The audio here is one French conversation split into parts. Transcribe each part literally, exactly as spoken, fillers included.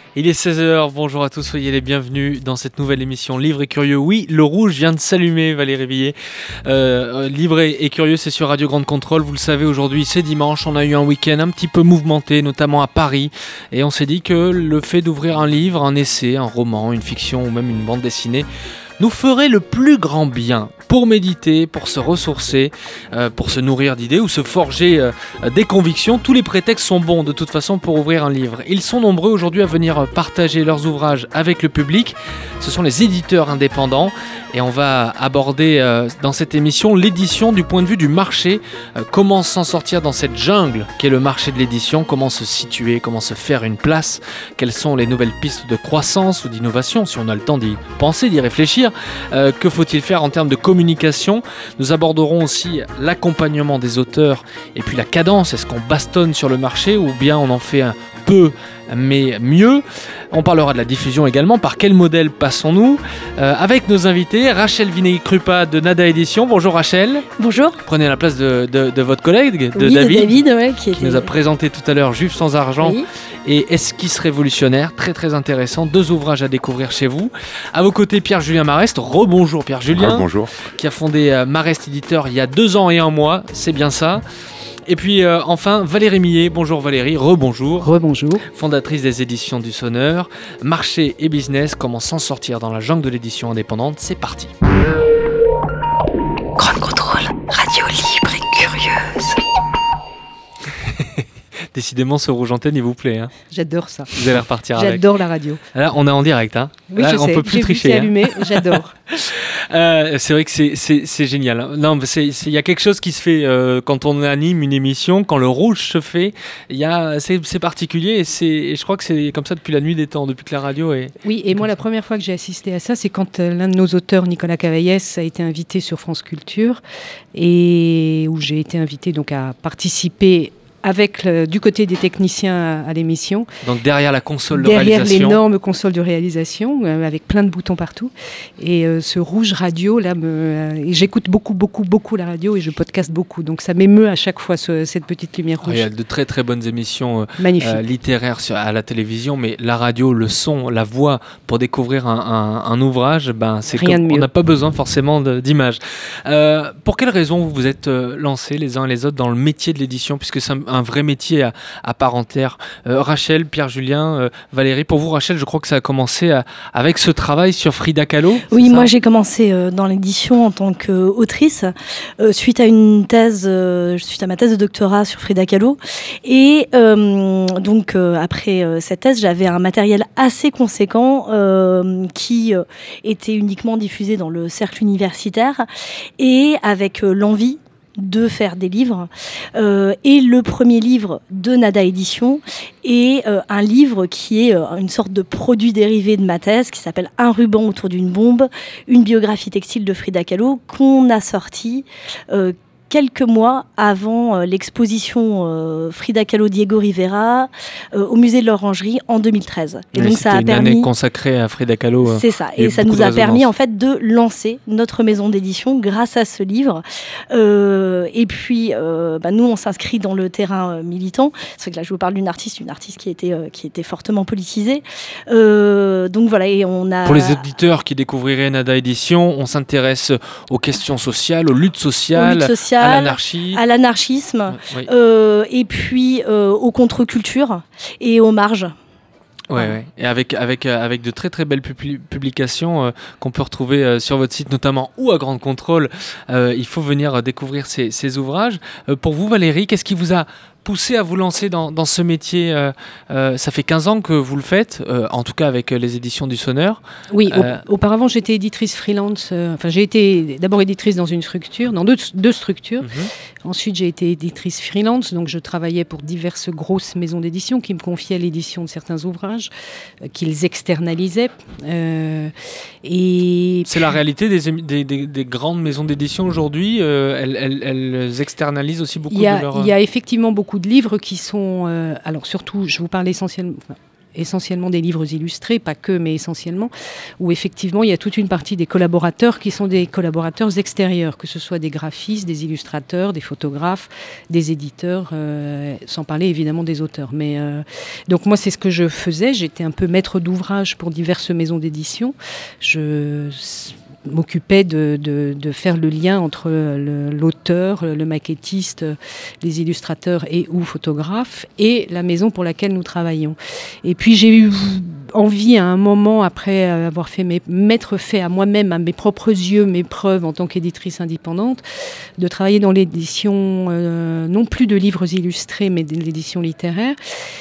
Il est seize heures, bonjour à tous, soyez les bienvenus dans cette nouvelle émission Livre et Curieux. Oui, le rouge vient de s'allumer, Valérie Villet. Euh, Livre et Curieux, c'est sur Radio Grande Contrôle. Vous le savez, aujourd'hui, c'est dimanche. On a eu un week-end un petit peu mouvementé, notamment à Paris. Et on s'est dit que le fait d'ouvrir un livre, un essai, un roman, une fiction ou même une bande dessinée nous ferait le plus grand bien pour méditer, pour se ressourcer, euh, pour se nourrir d'idées ou se forger euh, des convictions. Tous les prétextes sont bons de toute façon pour ouvrir un livre. Ils sont nombreux aujourd'hui à venir partager leurs ouvrages avec le public. Ce sont les éditeurs indépendants et on va aborder euh, dans cette émission l'édition du point de vue du marché. Euh, comment s'en sortir dans cette jungle qu'est le marché de l'édition, comment se situer, comment se faire une place, quelles sont les nouvelles pistes de croissance ou d'innovation, si on a le temps d'y penser, d'y réfléchir. Euh, que faut-il faire en termes de communication? Nous aborderons aussi l'accompagnement des auteurs et puis la cadence. Est-ce qu'on bastonne sur le marché ou bien on en fait un peu mais mieux? On parlera de la diffusion également. Par quel modèle passons-nous? euh, Avec nos invités, Rachel Vinet-Krupa de Nada Édition. Bonjour Rachel. Bonjour. Prenez la place de, de, de votre collègue, de oui, David, de David ouais, qui, qui était... nous a présenté tout à l'heure Juif sans argent oui. et Esquisse révolutionnaire. Très très intéressant. Deux ouvrages à découvrir chez vous. À vos côtés, Pierre-Julien Marest. Rebonjour Pierre-Julien. Rebonjour. Qui a fondé euh, Marest Éditeur il y a deux ans et un mois. C'est bien ça. Et puis euh, enfin Valérie Millet, bonjour Valérie, rebonjour. Rebonjour. Fondatrice des éditions du Sonneur. Marché et business, comment s'en sortir dans la jungle de l'édition indépendante, c'est parti. Grande Contrôle, radio libre et curieuse. Décidément, ce rouge antenne, il vous plaît. Hein. J'adore ça. Vous allez repartir J'adore avec. J'adore la radio. Là, on est en direct. Hein. Oui, Là, je on sais. peut plus J'ai tricher. Vu, c'est hein. allumé, j'adore. euh, c'est vrai que c'est, c'est, c'est génial. Non, il y a quelque chose qui se fait euh, quand on anime une émission, quand le rouge se fait. Y a, c'est, c'est particulier et, c'est, et je crois que c'est comme ça depuis la nuit des temps, depuis que la radio est. Oui, et moi, la première fois que j'ai assisté à ça, c'est quand euh, l'un de nos auteurs, Nicolas Cavaillès, a été invité sur France Culture et où j'ai été invitée donc à participer avec le, du côté des techniciens à, à l'émission. Donc derrière la console de derrière réalisation. Derrière l'énorme console de réalisation, euh, avec plein de boutons partout. Et euh, ce rouge radio, là, me, euh, et j'écoute beaucoup, beaucoup, beaucoup la radio et je podcast beaucoup. Donc ça m'émeut à chaque fois, ce, cette petite lumière rouge. Ah, il y a de très, très bonnes émissions euh, euh, littéraires sur, à la télévision, mais la radio, le son, la voix, pour découvrir un, un, un ouvrage, ben, c'est Rien comme, de mieux. On n'a pas besoin forcément de, d'images. Euh, pour quelles raisons vous vous êtes euh, lancés les uns et les autres dans le métier de l'édition, puisque c'est un, un vrai métier à, à part entière. Euh, Rachel, Pierre-Julien, euh, Valérie, pour vous Rachel, je crois que ça a commencé à, avec ce travail sur Frida Kahlo. Oui, moi j'ai commencé euh, dans l'édition en tant qu'autrice, euh, suite à une thèse, euh, suite à ma thèse de doctorat sur Frida Kahlo. Et euh, donc euh, après euh, cette thèse, j'avais un matériel assez conséquent euh, qui euh, était uniquement diffusé dans le cercle universitaire et avec euh, l'envie de faire des livres. Euh, et le premier livre de Nada Édition est euh, un livre qui est euh, une sorte de produit dérivé de ma thèse, qui s'appelle Un ruban autour d'une bombe, une biographie textile de Frida Kahlo, qu'on a sorti euh, quelques mois avant euh, l'exposition euh, Frida Kahlo Diego Rivera euh, au musée de l'Orangerie en deux mille treize. Et donc ça a une permis année consacrée à Frida Kahlo. Euh, c'est ça, et ça nous a permis en fait de lancer notre maison d'édition grâce à ce livre. Euh, et puis euh, bah, nous on s'inscrit dans le terrain euh, militant. C'est vrai que là je vous parle d'une artiste, une artiste qui était euh, qui était fortement politisée. Euh, donc voilà, et on a. Pour les éditeurs qui découvriraient Nada Édition, on s'intéresse aux questions sociales, aux luttes sociales. Aux luttes sociales. À l'anarchie. À l'anarchisme, oui. euh, et puis euh, aux contre-cultures et aux marges. Ouais, ouais. Et avec, avec, euh, avec de très très belles pub- publications euh, qu'on peut retrouver euh, sur votre site notamment ou à Grande Contrôle. Euh, il faut venir euh, découvrir ces, ces ouvrages. Euh, pour vous Valérie, qu'est-ce qui vous a poussé à vous lancer dans, dans ce métier? euh, euh, Ça fait quinze ans que vous le faites, euh, en tout cas avec les éditions du Sonneur. Oui, euh, auparavant j'étais éditrice freelance. Euh, enfin, j'ai été d'abord éditrice dans une structure, dans deux, deux structures. Mm-hmm. Ensuite, j'ai été éditrice freelance, donc je travaillais pour diverses grosses maisons d'édition qui me confiaient l'édition de certains ouvrages, euh, qu'ils externalisaient. Euh, et C'est la réalité des, des, des, des grandes maisons d'édition aujourd'hui. Euh, elles, elles, elles externalisent aussi beaucoup il y a, de leur... Il y a effectivement beaucoup de livres qui sont... Euh, alors surtout, je vous parle essentiellement... Enfin, essentiellement des livres illustrés, pas que, mais essentiellement, où effectivement il y a toute une partie des collaborateurs qui sont des collaborateurs extérieurs, que ce soit des graphistes, des illustrateurs, des photographes, des éditeurs, euh, sans parler évidemment des auteurs. Mais, euh, donc moi c'est ce que je faisais, j'étais un peu maître d'ouvrage pour diverses maisons d'édition. Je m'occupait de, de, de faire le lien entre le, l'auteur, le maquettiste, les illustrateurs et ou photographes et la maison pour laquelle nous travaillions. Et puis j'ai eu envie à un moment, après avoir fait mes, m'être fait à moi-même, à mes propres yeux, mes preuves en tant qu'éditrice indépendante, de travailler dans l'édition, euh, non plus de livres illustrés, mais de l'édition littéraire.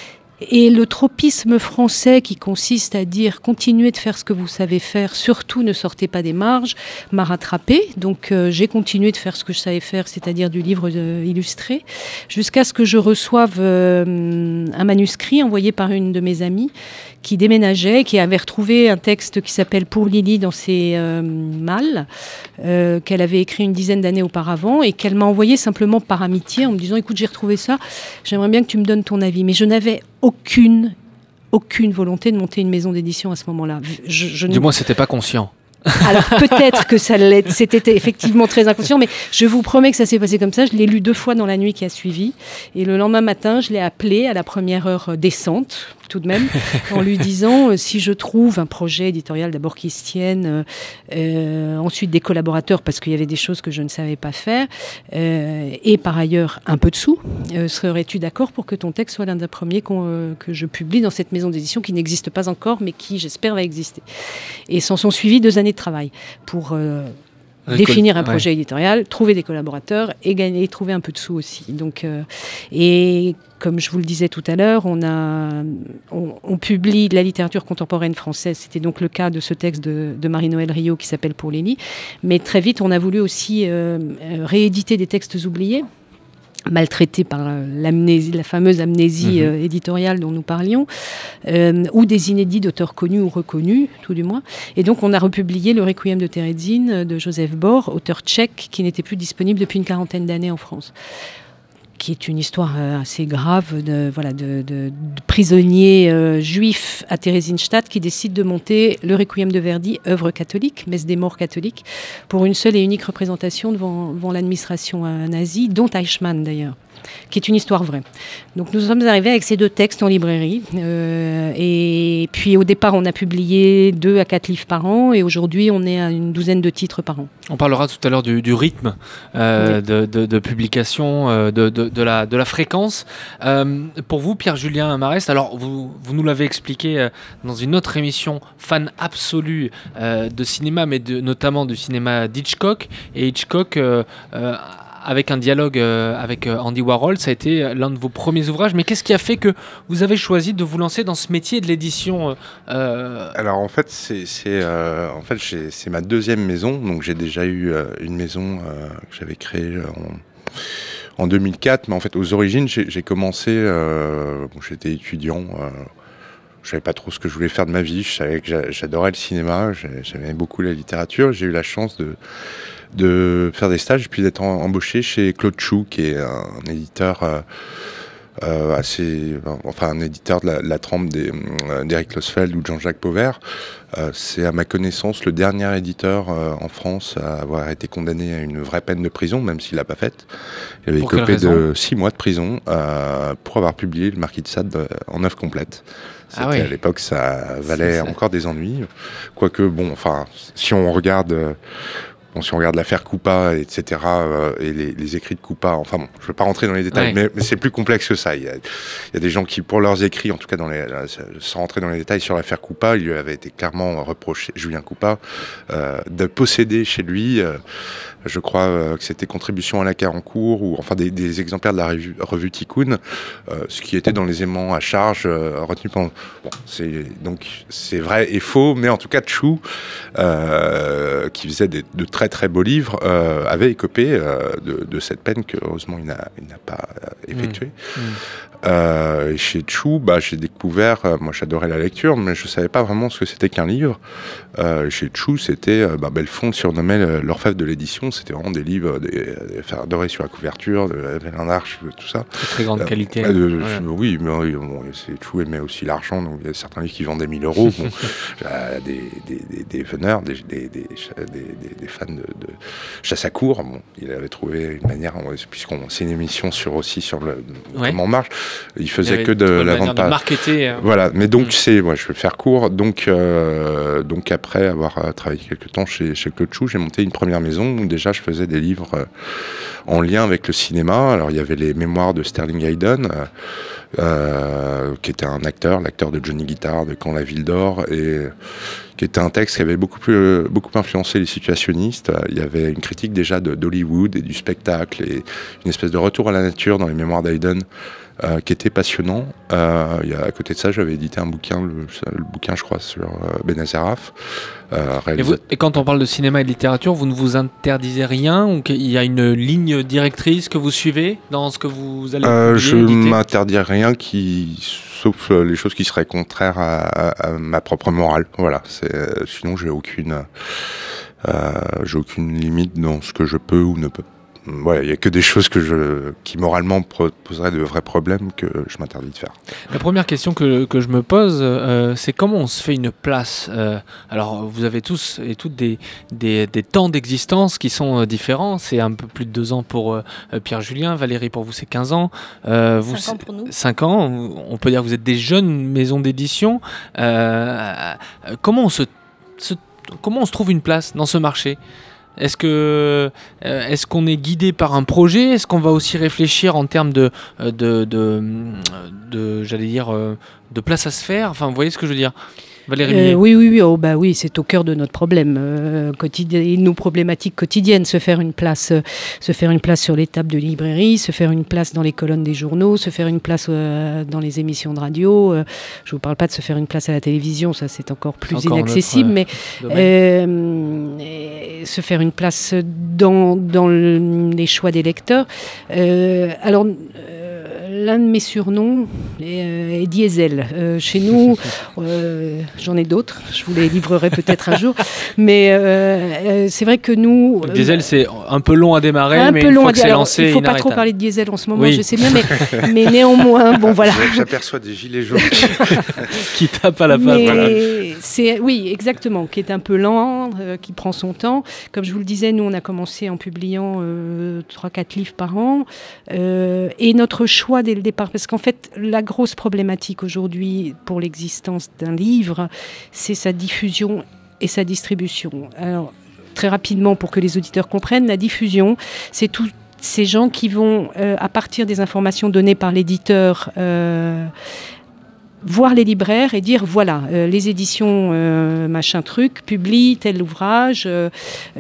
Et le tropisme français qui consiste à dire continuez de faire ce que vous savez faire, surtout ne sortez pas des marges, m'a rattrapé. Donc euh, j'ai continué de faire ce que je savais faire, c'est-à-dire du livre euh, illustré, jusqu'à ce que je reçoive euh, un manuscrit envoyé par une de mes amies qui déménageait, qui avait retrouvé un texte qui s'appelle Pour Lily dans ses euh, malles, euh, qu'elle avait écrit une dizaine d'années auparavant et qu'elle m'a envoyé simplement par amitié en me disant écoute, j'ai retrouvé ça, j'aimerais bien que tu me donnes ton avis. Mais je n'avais aucune, aucune volonté de monter une maison d'édition à ce moment-là. Je, je du moins, c'était pas conscient. Alors peut-être que ça l'est, c'était effectivement très inconscient, mais je vous promets que ça s'est passé comme ça. Je l'ai lu deux fois dans la nuit qui a suivi, et le lendemain matin, je l'ai appelé à la première heure décente, tout de même, en lui disant euh, si je trouve un projet éditorial d'abord qui se tienne, euh, euh, ensuite des collaborateurs parce qu'il y avait des choses que je ne savais pas faire, euh, et par ailleurs un peu de sous, euh, serais-tu d'accord pour que ton texte soit l'un des premiers qu'on, euh, que je publie dans cette maison d'édition qui n'existe pas encore, mais qui j'espère va exister. Et s'en sont suivis deux années de travail pour euh, définir un projet ouais. éditorial, trouver des collaborateurs et gagner, trouver un peu de sous aussi. Donc, euh, et comme je vous le disais tout à l'heure, on, a, on, on publie de la littérature contemporaine française. C'était donc le cas de ce texte de, de Marie-Noëlle Riault qui s'appelle Pour Lélie. Mais très vite, on a voulu aussi euh, rééditer des textes oubliés, maltraités par l'amnésie, la fameuse amnésie mmh. euh, éditoriale dont nous parlions, euh, ou des inédits d'auteurs connus ou reconnus, tout du moins. Et donc, on a republié le Requiem de Terezin de Joseph Bor, auteur tchèque qui n'était plus disponible depuis une quarantaine d'années en France, qui est une histoire euh, assez grave de, voilà, de, de, de prisonniers euh, juifs à Theresienstadt qui décident de monter le Requiem de Verdi, œuvre catholique, messe des morts catholique, pour une seule et unique représentation devant, devant l'administration euh, nazie, dont Eichmann d'ailleurs, qui est une histoire vraie. Donc nous sommes arrivés avec ces deux textes en librairie, euh, et puis au départ on a publié deux à quatre livres par an, et aujourd'hui on est à une douzaine de titres par an. On parlera tout à l'heure du, du rythme euh, oui. de, de, de publication, euh, de, de, de, la, de la fréquence. Euh, pour vous, Pierre-Julien Marest, alors vous, vous nous l'avez expliqué euh, dans une autre émission, fan absolu euh, de cinéma, mais de, notamment du cinéma d'Hitchcock, et Hitchcock... Euh, euh, avec un dialogue euh, avec euh, Andy Warhol, ça a été l'un de vos premiers ouvrages. Mais qu'est-ce qui a fait que vous avez choisi de vous lancer dans ce métier de l'édition euh... Alors en fait, c'est, c'est, euh, en fait j'ai, c'est ma deuxième maison. Donc j'ai déjà eu euh, une maison euh, que j'avais créée en, en deux mille quatre. Mais en fait, aux origines, j'ai, j'ai commencé... Euh, bon, j'étais étudiant. Euh, je savais pas trop ce que je voulais faire de ma vie. Je savais que j'adorais le cinéma. J'aimais beaucoup la littérature. J'ai eu la chance de... de faire des stages, puis d'être embauché chez Claude Chou, qui est un, un éditeur euh, euh, assez, enfin un éditeur de la, de la trempe des, euh, d'Éric Losfeld ou de Jean-Jacques Pauvert. Euh, c'est à ma connaissance le dernier éditeur euh, en France à avoir été condamné à une vraie peine de prison, même s'il l'a pas faite. Il avait écopé de six mois de prison euh, pour avoir publié Le Marquis de Sade euh, en œuvre complète. C'était ah oui. À l'époque, ça valait encore des ennuis. Quoique, bon, enfin, si on regarde... Euh, Bon, si on regarde l'affaire Coupa, et cetera, euh, et les, les écrits de Coupa, enfin bon, je ne vais pas rentrer dans les détails, ouais. mais, mais c'est plus complexe que ça. Il y, a, il y a des gens qui, pour leurs écrits, en tout cas dans les, sans rentrer dans les détails sur l'affaire Coupa, il lui avait été clairement reproché, Julien Coupa, euh, de posséder chez lui, euh, je crois euh, que c'était Contribution à la Carencourt, ou enfin des, des exemplaires de la revue, revue Tikkun, euh, ce qui était dans les aimants à charge euh, retenus pendant... Bon, c'est, donc c'est vrai et faux, mais en tout cas Chou, euh, qui faisait des, de très très beaux livres, euh, avait écopé euh, de, de cette peine que heureusement il n'a, il n'a pas euh, effectuée. Mmh. Mmh. Euh, et chez Chou, bah, j'ai découvert, euh, moi j'adorais la lecture, mais je ne savais pas vraiment ce que c'était qu'un livre. Euh, chez Chou, c'était, euh, bah, Belfond surnommait l'orfèvre de l'édition, d'édition, c'était vraiment des livres, des, des fers dorés sur la couverture, de la Belle en Arche, tout ça. Très, très grande euh, qualité. Euh, de, ouais. Oui, mais bon, c'est tout aimait aussi l'argent, donc il y a certains livres qui vendaient mille euros. Bon, des, des, des, des veneurs, des, des, des, des, des fans de, de chasse à courre, bon, il avait trouvé une manière, puisqu'on c'est une émission sur aussi sur le ouais. comment on marche, il faisait il que de la vente de marketer. Euh... Voilà, mais donc mmh. c'est, moi je vais faire court, donc euh, donc après avoir euh, travaillé quelques temps chez chez Claude Chou, j'ai monté une première maison où déjà je faisais des livres euh, en lien avec le cinéma. Alors il y avait les mémoires de Sterling Hayden, euh, euh, qui était un acteur, l'acteur de Johnny Guitar, de Quand la ville dort, et qui était un texte qui avait beaucoup plus, beaucoup influencé les situationnistes. Il y avait une critique déjà de, d'Hollywood et du spectacle, et une espèce de retour à la nature dans les mémoires d'Hayden, euh, qui était passionnant. Euh, il y a, à côté de ça, j'avais édité un bouquin, le, le bouquin, je crois, sur euh, Benazeraf. Euh, et, vous, et quand on parle de cinéma et de littérature, vous ne vous interdisez rien, ou qu'il y a une ligne directrice que vous suivez dans ce que vous allez euh, Je ne m'interdis rien, qui, sauf les choses qui seraient contraires à, à, à ma propre morale. Voilà. C'est, sinon, j'ai aucune, euh, j'ai aucune limite dans ce que je peux ou ne peux. Voilà, il n'y a que des choses que je, qui moralement poseraient de vrais problèmes que je m'interdis de faire. La première question que, que je me pose, euh, c'est comment on se fait une place. euh, Alors, vous avez tous et toutes des, des, des temps d'existence qui sont euh, différents. C'est un peu plus de deux ans pour euh, Pierre Julien. Valérie, pour vous, c'est quinze ans. Euh, vous, cinq ans pour nous. cinq ans. On peut dire que vous êtes des jeunes maisons d'édition. Euh, comment, on se, se, comment on se trouve une place dans ce marché ? Est-ce que euh, est-ce qu'on est guidé par un projet ? Est-ce qu'on va aussi réfléchir en termes de de de, de, de j'allais dire euh, de place à se faire ? Enfin, vous voyez ce que je veux dire ? Euh, oui, oui, oui, oh, bah oui, c'est au cœur de notre problème euh, quotidien, nos problématiques quotidiennes, se faire une place, euh, se faire une place sur les tables de librairie, se faire une place dans les colonnes des journaux, se faire une place euh, dans les émissions de radio. Euh, je vous parle pas de se faire une place à la télévision, ça c'est encore plus encore inaccessible, notre, mais euh, se faire une place dans dans le, les choix des lecteurs. Euh, alors. Euh, L'un de mes surnoms est, euh, est Diesel. Euh, chez nous, euh, j'en ai d'autres, je vous les livrerai peut-être un jour, mais euh, euh, c'est vrai que nous... Le diesel, euh, c'est un peu long à démarrer, un mais peu une long fois à que c'est alors, lancé, il ne faut pas trop parler de diesel en ce moment, oui. Je sais bien, mais, mais néanmoins, bon voilà. J'aperçois des gilets jaunes qui tapent à la face. Voilà. C'est, oui, exactement, qui est un peu lent, euh, qui prend son temps. Comme je vous le disais, nous, on a commencé en publiant euh, trois quatre livres par an, euh, et notre choix dès le départ, parce qu'en fait, la grosse problématique aujourd'hui pour l'existence d'un livre, c'est sa diffusion et sa distribution. Alors, très rapidement, pour que les auditeurs comprennent, la diffusion, c'est tous ces gens qui vont, euh, à partir des informations données par l'éditeur, euh, voir les libraires et dire voilà, euh, les éditions euh, machin truc publient tel ouvrage, euh,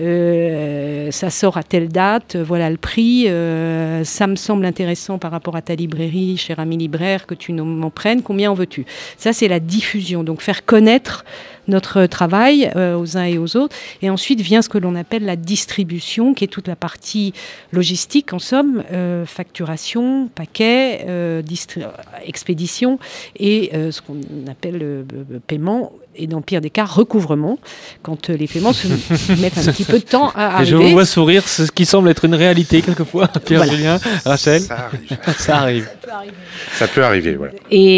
euh, ça sort à telle date, voilà le prix, euh, ça me semble intéressant par rapport à ta librairie, cher ami libraire, que tu m'en prennes, combien en veux-tu ? Ça, c'est la diffusion, donc faire connaître notre travail euh, aux uns et aux autres. Et ensuite vient ce que l'on appelle la distribution, qui est toute la partie logistique, en somme, euh, facturation, paquet, euh, distri- expédition, et euh, ce qu'on appelle euh, paiement, et dans le pire des cas, recouvrement, quand euh, les paiements se mettent un petit peu de temps à arriver. Et je vous vois sourire, c'est ce qui semble être une réalité quelquefois, Pierre voilà. Julien, Rachel. Ça arrive. Ça arrive. Ça peut arriver. Ça peut arriver, voilà.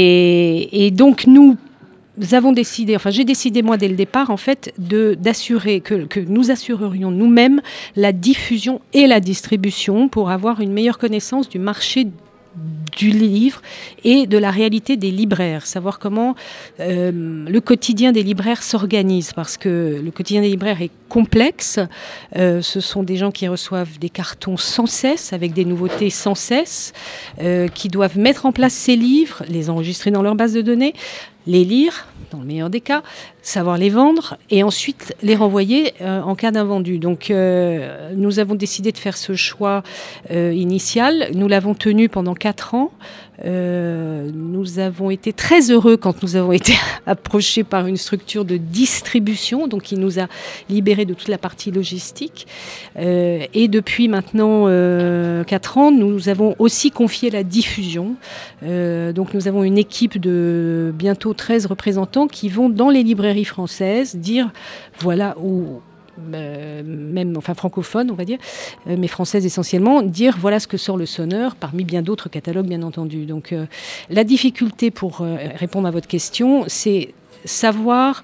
Et, et donc, nous, Nous avons décidé, enfin j'ai décidé moi dès le départ en fait de, d'assurer que, que nous assurerions nous-mêmes la diffusion et la distribution pour avoir une meilleure connaissance du marché du livre et de la réalité des libraires, savoir comment euh, le quotidien des libraires s'organise, parce que le quotidien des libraires est complexe. Euh, ce sont des gens qui reçoivent des cartons sans cesse, avec des nouveautés sans cesse, euh, qui doivent mettre en place ces livres, les enregistrer dans leur base de données, les lire, dans le meilleur des cas, savoir les vendre et ensuite les renvoyer euh, en cas d'invendu. Donc euh, nous avons décidé de faire ce choix euh, initial. Nous l'avons tenu pendant quatre ans. Euh, nous avons été très heureux quand nous avons été approchés par une structure de distribution, donc qui nous a libérés de toute la partie logistique. Euh, et depuis maintenant euh, quatre ans, nous avons aussi confié la diffusion. Euh, donc nous avons une équipe de bientôt treize représentants qui vont dans les librairies françaises dire voilà où euh, même enfin francophones, on va dire, euh, mais françaises essentiellement, dire voilà ce que sort le Sonneur, parmi bien d'autres catalogues, bien entendu. Donc, euh, la difficulté, pour euh, répondre à votre question, c'est savoir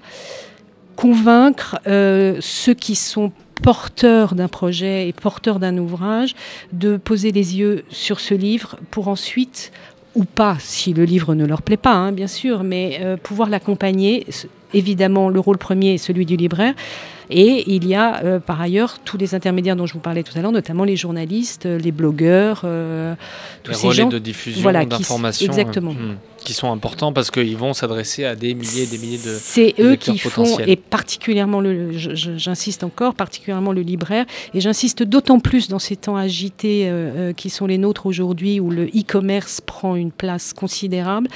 convaincre euh, ceux qui sont porteurs d'un projet et porteurs d'un ouvrage de poser les yeux sur ce livre pour ensuite, ou pas, si le livre ne leur plaît pas, hein, bien sûr, mais euh, pouvoir l'accompagner. Évidemment, le rôle premier est celui du libraire. Et il y a euh, par ailleurs tous les intermédiaires dont je vous parlais tout à l'heure, notamment les journalistes, les blogueurs, euh, tous les ces relais gens, de diffusion, voilà, d'information, qui, exactement. euh, qui sont importants parce qu'ils vont s'adresser à des milliers et des milliers de C'est de eux lecteurs qui font, potentiels. et particulièrement, le, je- je- j'insiste encore, particulièrement le libraire, et j'insiste d'autant plus dans ces temps agités euh, euh, qui sont les nôtres aujourd'hui, où le e-commerce prend une place considérable.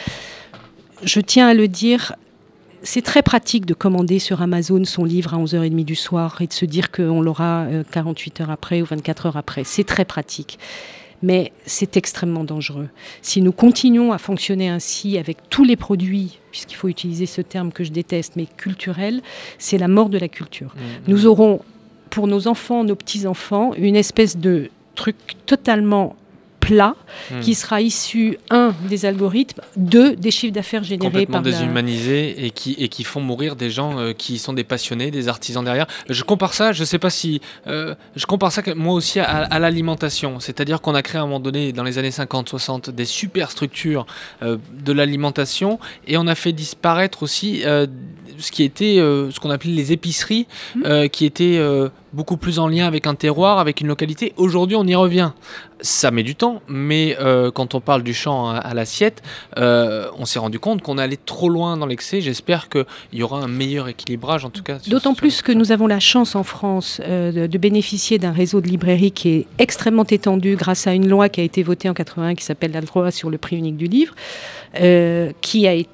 Je tiens à le dire, c'est très pratique de commander sur Amazon son livre à onze heures trente du soir et de se dire qu'on l'aura euh, quarante-huit heures après ou vingt-quatre heures après. C'est très pratique. Mais c'est extrêmement dangereux. Si nous continuons à fonctionner ainsi avec tous les produits, puisqu'il faut utiliser ce terme que je déteste, mais culturel, c'est la mort de la culture. Mmh. Nous aurons, pour nos enfants, nos petits-enfants, une espèce de truc totalement plat, Mmh. qui sera issu, un, des algorithmes, deux, des chiffres d'affaires générés complètement par la... déshumanisés et qui, et qui font mourir des gens euh, qui sont des passionnés, des artisans derrière. Je compare ça, je sais pas si... euh, je compare ça que- moi aussi à, à l'alimentation. C'est-à-dire qu'on a créé à un moment donné, dans les années cinquante soixante, des super structures euh, de l'alimentation et on a fait disparaître aussi euh, ce qui était, euh, ce qu'on appelait les épiceries, euh, qui étaient euh, beaucoup plus en lien avec un terroir, avec une localité. Aujourd'hui, on y revient. Ça met du temps, mais euh, quand on parle du champ à, à l'assiette, euh, on s'est rendu compte qu'on allait trop loin dans l'excès. J'espère qu'il y aura un meilleur équilibrage, en tout cas. sur- D'autant sur- plus que nous avons la chance en France euh, de, de bénéficier d'un réseau de librairies qui est extrêmement étendu grâce à une loi qui a été votée en quatre-vingt-un qui s'appelle la loi sur le prix unique du livre, euh, qui, a,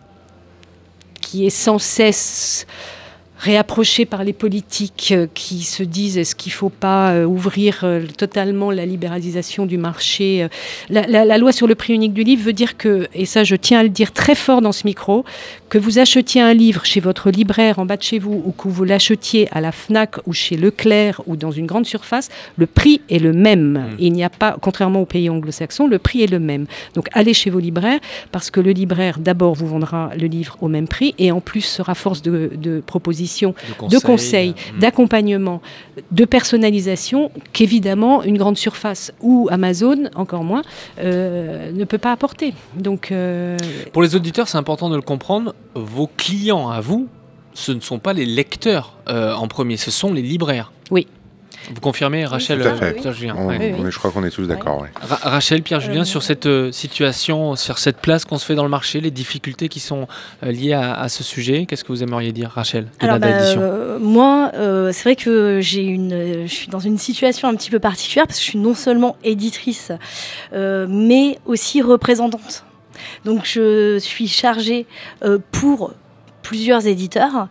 qui est sans cesse réapprochée par les politiques euh, qui se disent est-ce qu'il ne faut pas euh, ouvrir euh, totalement la libéralisation du marché. euh. La, la- la loi sur le prix unique du livre veut dire que, et ça je tiens à le dire très fort dans ce micro, que vous achetiez un livre chez votre libraire en bas de chez vous ou que vous l'achetiez à la FNAC ou chez Leclerc ou dans une grande surface, le prix est le même. Mmh. Il n'y a pas, contrairement aux pays anglo-saxons, le prix est le même. Donc allez chez vos libraires parce que le libraire d'abord vous vendra le livre au même prix et en plus sera force de, de proposition, de conseils, mmh. d'accompagnement, de personnalisation qu'évidemment une grande surface ou Amazon, encore moins, euh, ne peut pas apporter. Donc, euh, Pour les auditeurs, c'est important de le comprendre. Vos clients à vous, ce ne sont pas les lecteurs euh, en premier, ce sont les libraires. Oui. Vous confirmez, Rachel, tout à fait. Pierre Julien. On- Ouais. Oui, oui. on est- je crois qu'on est tous d'accord. ouais. Ra- Rachel, Pierre Julien, Euh, sur cette euh, situation, sur cette place qu'on se fait dans le marché, les difficultés qui sont euh, liées à, à ce sujet, qu'est-ce que vous aimeriez dire, Rachel, de Alors, la bah, d'édition euh, moi, euh, c'est vrai que j'ai une, euh, je suis dans une situation un petit peu particulière parce que je suis non seulement éditrice, euh, mais aussi représentante. Donc, je suis chargée euh, pour plusieurs éditeurs,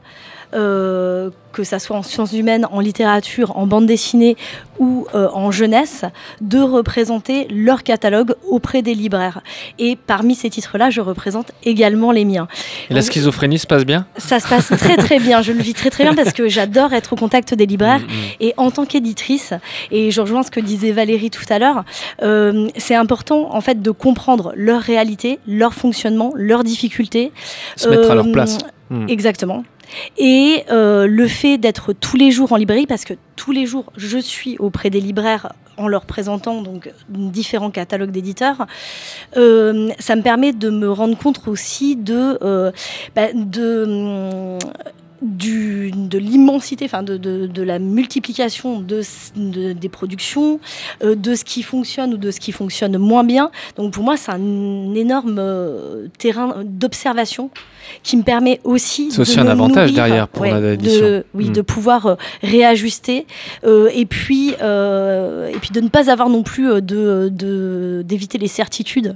euh, que ça soit en sciences humaines, en littérature, en bande dessinée ou euh, en jeunesse, de représenter leur catalogue auprès des libraires. Et parmi ces titres-là, je représente également les miens. Et la Donc, schizophrénie se passe bien ça se passe très très bien, je le vis très très bien parce que j'adore être au contact des libraires. Mm, mm. Et en tant qu'éditrice, et je rejoins ce que disait Valérie tout à l'heure, euh, c'est important en fait de comprendre leur réalité, leur fonctionnement, leurs difficultés. Se mettre à leur Euh, place. Mm. Exactement. Et euh, le fait d'être tous les jours en librairie, parce que tous les jours je suis auprès des libraires en leur présentant donc différents catalogues d'éditeurs, euh, ça me permet de me rendre compte aussi de, euh, bah, de hum, du, de l'immensité, enfin de, de, de la multiplication de, de- des productions, euh, de ce qui fonctionne ou de ce qui fonctionne moins bien. Donc pour moi, c'est un énorme euh, terrain d'observation qui me permet aussi C'est aussi de un me avantage nourrir, derrière pour ouais, la édition. de, oui, Mm. de pouvoir euh, réajuster euh, et puis euh, et puis de ne pas avoir non plus euh, de de- d'éviter les certitudes.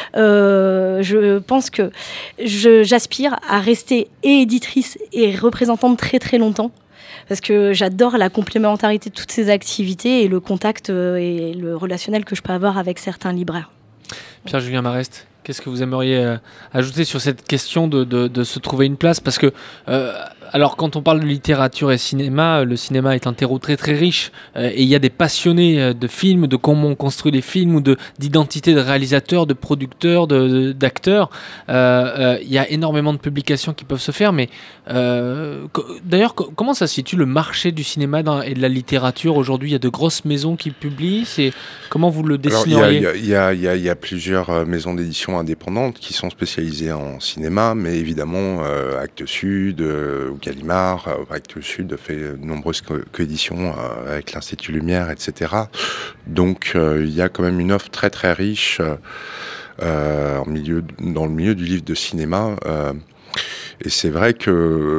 Euh, je pense que je- j'aspire à rester et éditrice et représentante très très longtemps. Parce que j'adore la complémentarité de toutes ces activités et le contact euh, et le relationnel que je peux avoir avec certains libraires. Pierre-Julien Marest, qu'est-ce que vous aimeriez euh, ajouter sur cette question de, de- de se trouver une place? Parce que euh, Alors, quand on parle de littérature et cinéma, le cinéma est un terreau très très riche euh, et il y a des passionnés euh, de films, de comment on construit les films ou de, d'identité de réalisateurs, de producteurs, de, de, d'acteurs. Euh, euh, il y a énormément de publications qui peuvent se faire, mais euh, co- d'ailleurs, co- comment ça se situe le marché du cinéma dans- et de la littérature aujourd'hui? Il y a de grosses maisons qui publient. C'est, comment vous le Alors, il y a, dessineriez? il y a- il y a- il y a- il y a plusieurs euh, maisons d'édition indépendantes qui sont spécialisées en cinéma, mais évidemment, euh, Actes Sud euh, ou Gallimard, euh, Actes Sud fait de nombreuses co- coéditions euh, avec l'Institut Lumière, et cetera. Donc, euh, il y a quand même une offre très très riche euh, en milieu, dans le milieu du livre de cinéma. euh, Et c'est vrai que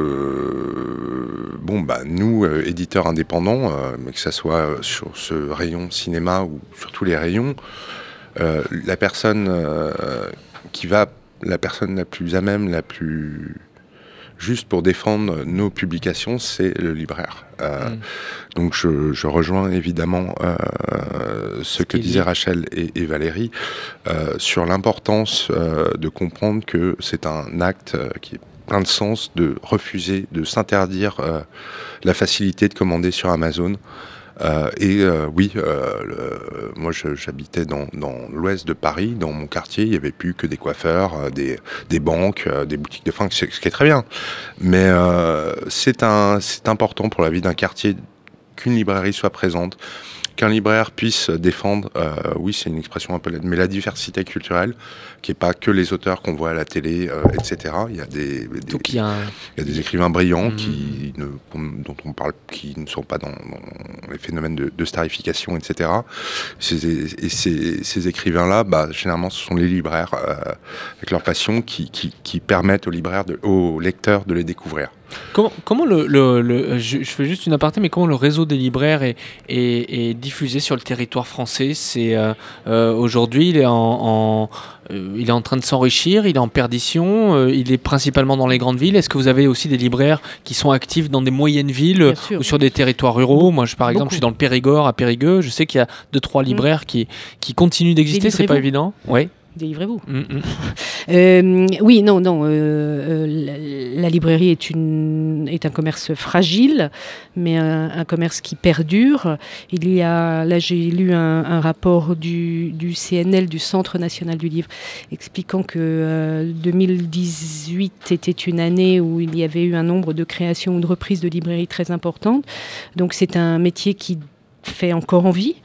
euh, bon bah nous euh, éditeurs indépendants, euh, mais que ça soit sur ce rayon cinéma ou sur tous les rayons, euh, la personne euh, qui va, la personne la plus à même, la plus juste pour défendre nos publications, c'est le libraire. Euh, Mm. Donc je, je rejoins évidemment euh, ce que qu'il disaient dit. Rachel et, et Valérie euh, sur l'importance euh, de comprendre que c'est un acte euh, qui est plein de sens de refuser, de s'interdire euh, la facilité de commander sur Amazon. Euh, et euh, oui, euh, le, moi je, j'habitais dans, dans l'ouest de Paris, dans mon quartier, il n'y avait plus que des coiffeurs, euh, des, des banques, euh, des boutiques de fringues, ce ce qui est très bien. Mais euh, c'est, un, c'est important pour la vie d'un quartier qu'une librairie soit présente, qu'un libraire puisse défendre, euh, oui c'est une expression un peu laide, mais la diversité culturelle, qui n'est pas que les auteurs qu'on voit à la télé, euh, et cetera. Il y a des, des, Donc, il y a un- il y a des écrivains brillants Mmh. qui ne, qu'on- dont on parle, qui ne sont pas dans, dans les phénomènes de, de starification, et cetera. Ces, et ces, ces écrivains-là, bah, généralement, ce sont les libraires euh, avec leur passion qui, qui, qui permettent aux libraires, de, aux lecteurs de les découvrir. Comment, comment le, le, le- je, je fais juste une aparté, mais comment le réseau des libraires est, est, est diffusé sur le territoire français? C'est euh, euh, aujourd'hui, il est en, en euh, il est en train de s'enrichir, il est en perdition, euh, il est principalement dans les grandes villes. Est-ce que vous avez aussi des libraires qui sont actifs dans des moyennes villes Bien sûr. ou sur des territoires ruraux? Moi, je, par exemple, Beaucoup. je suis dans le Périgord, à Périgueux. Je sais qu'il y a deux trois libraires qui, qui continuent d'exister. C'est pas Délivrez-vous. évident. Oui. Délivrez-vous. Mm, mm. Euh, oui, non, non. euh, euh, la, la librairie est, une, est un commerce fragile, mais un, un commerce qui perdure. Il y a, là, j'ai lu un, un rapport du, du C N L, du Centre national du livre, expliquant que euh, deux mille dix-huit était une année où il y avait eu un nombre de créations ou de reprises de librairies très importantes. Donc, c'est un métier qui fait encore envie,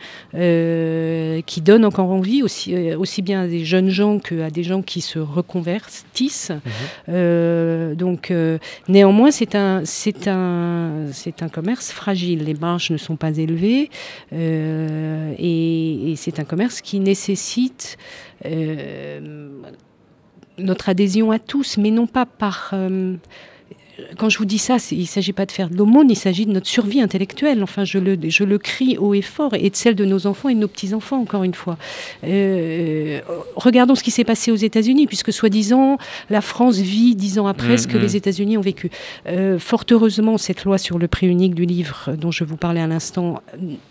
euh, qui donne encore envie aussi, euh, aussi bien à des jeunes gens qu'à des gens qui se reconvertissent. Mhm. Euh, donc, euh, néanmoins, c'est un, c'est un, c'est un commerce fragile. Les marges ne sont pas élevées euh, et, et c'est un commerce qui nécessite euh, notre adhésion à tous, mais non pas par... Euh, quand je vous dis ça, il ne s'agit pas de faire de l'aumône, il s'agit de notre survie intellectuelle. Enfin, je le, je le crie haut et fort, et de celle de nos enfants et de nos petits-enfants, encore une fois. Euh, regardons ce qui s'est passé aux États-Unis, puisque soi-disant, la France vit dix ans après ce que Mmh, les États-Unis ont vécu. Euh, fort heureusement, cette loi sur le prix unique du livre, dont je vous parlais à l'instant,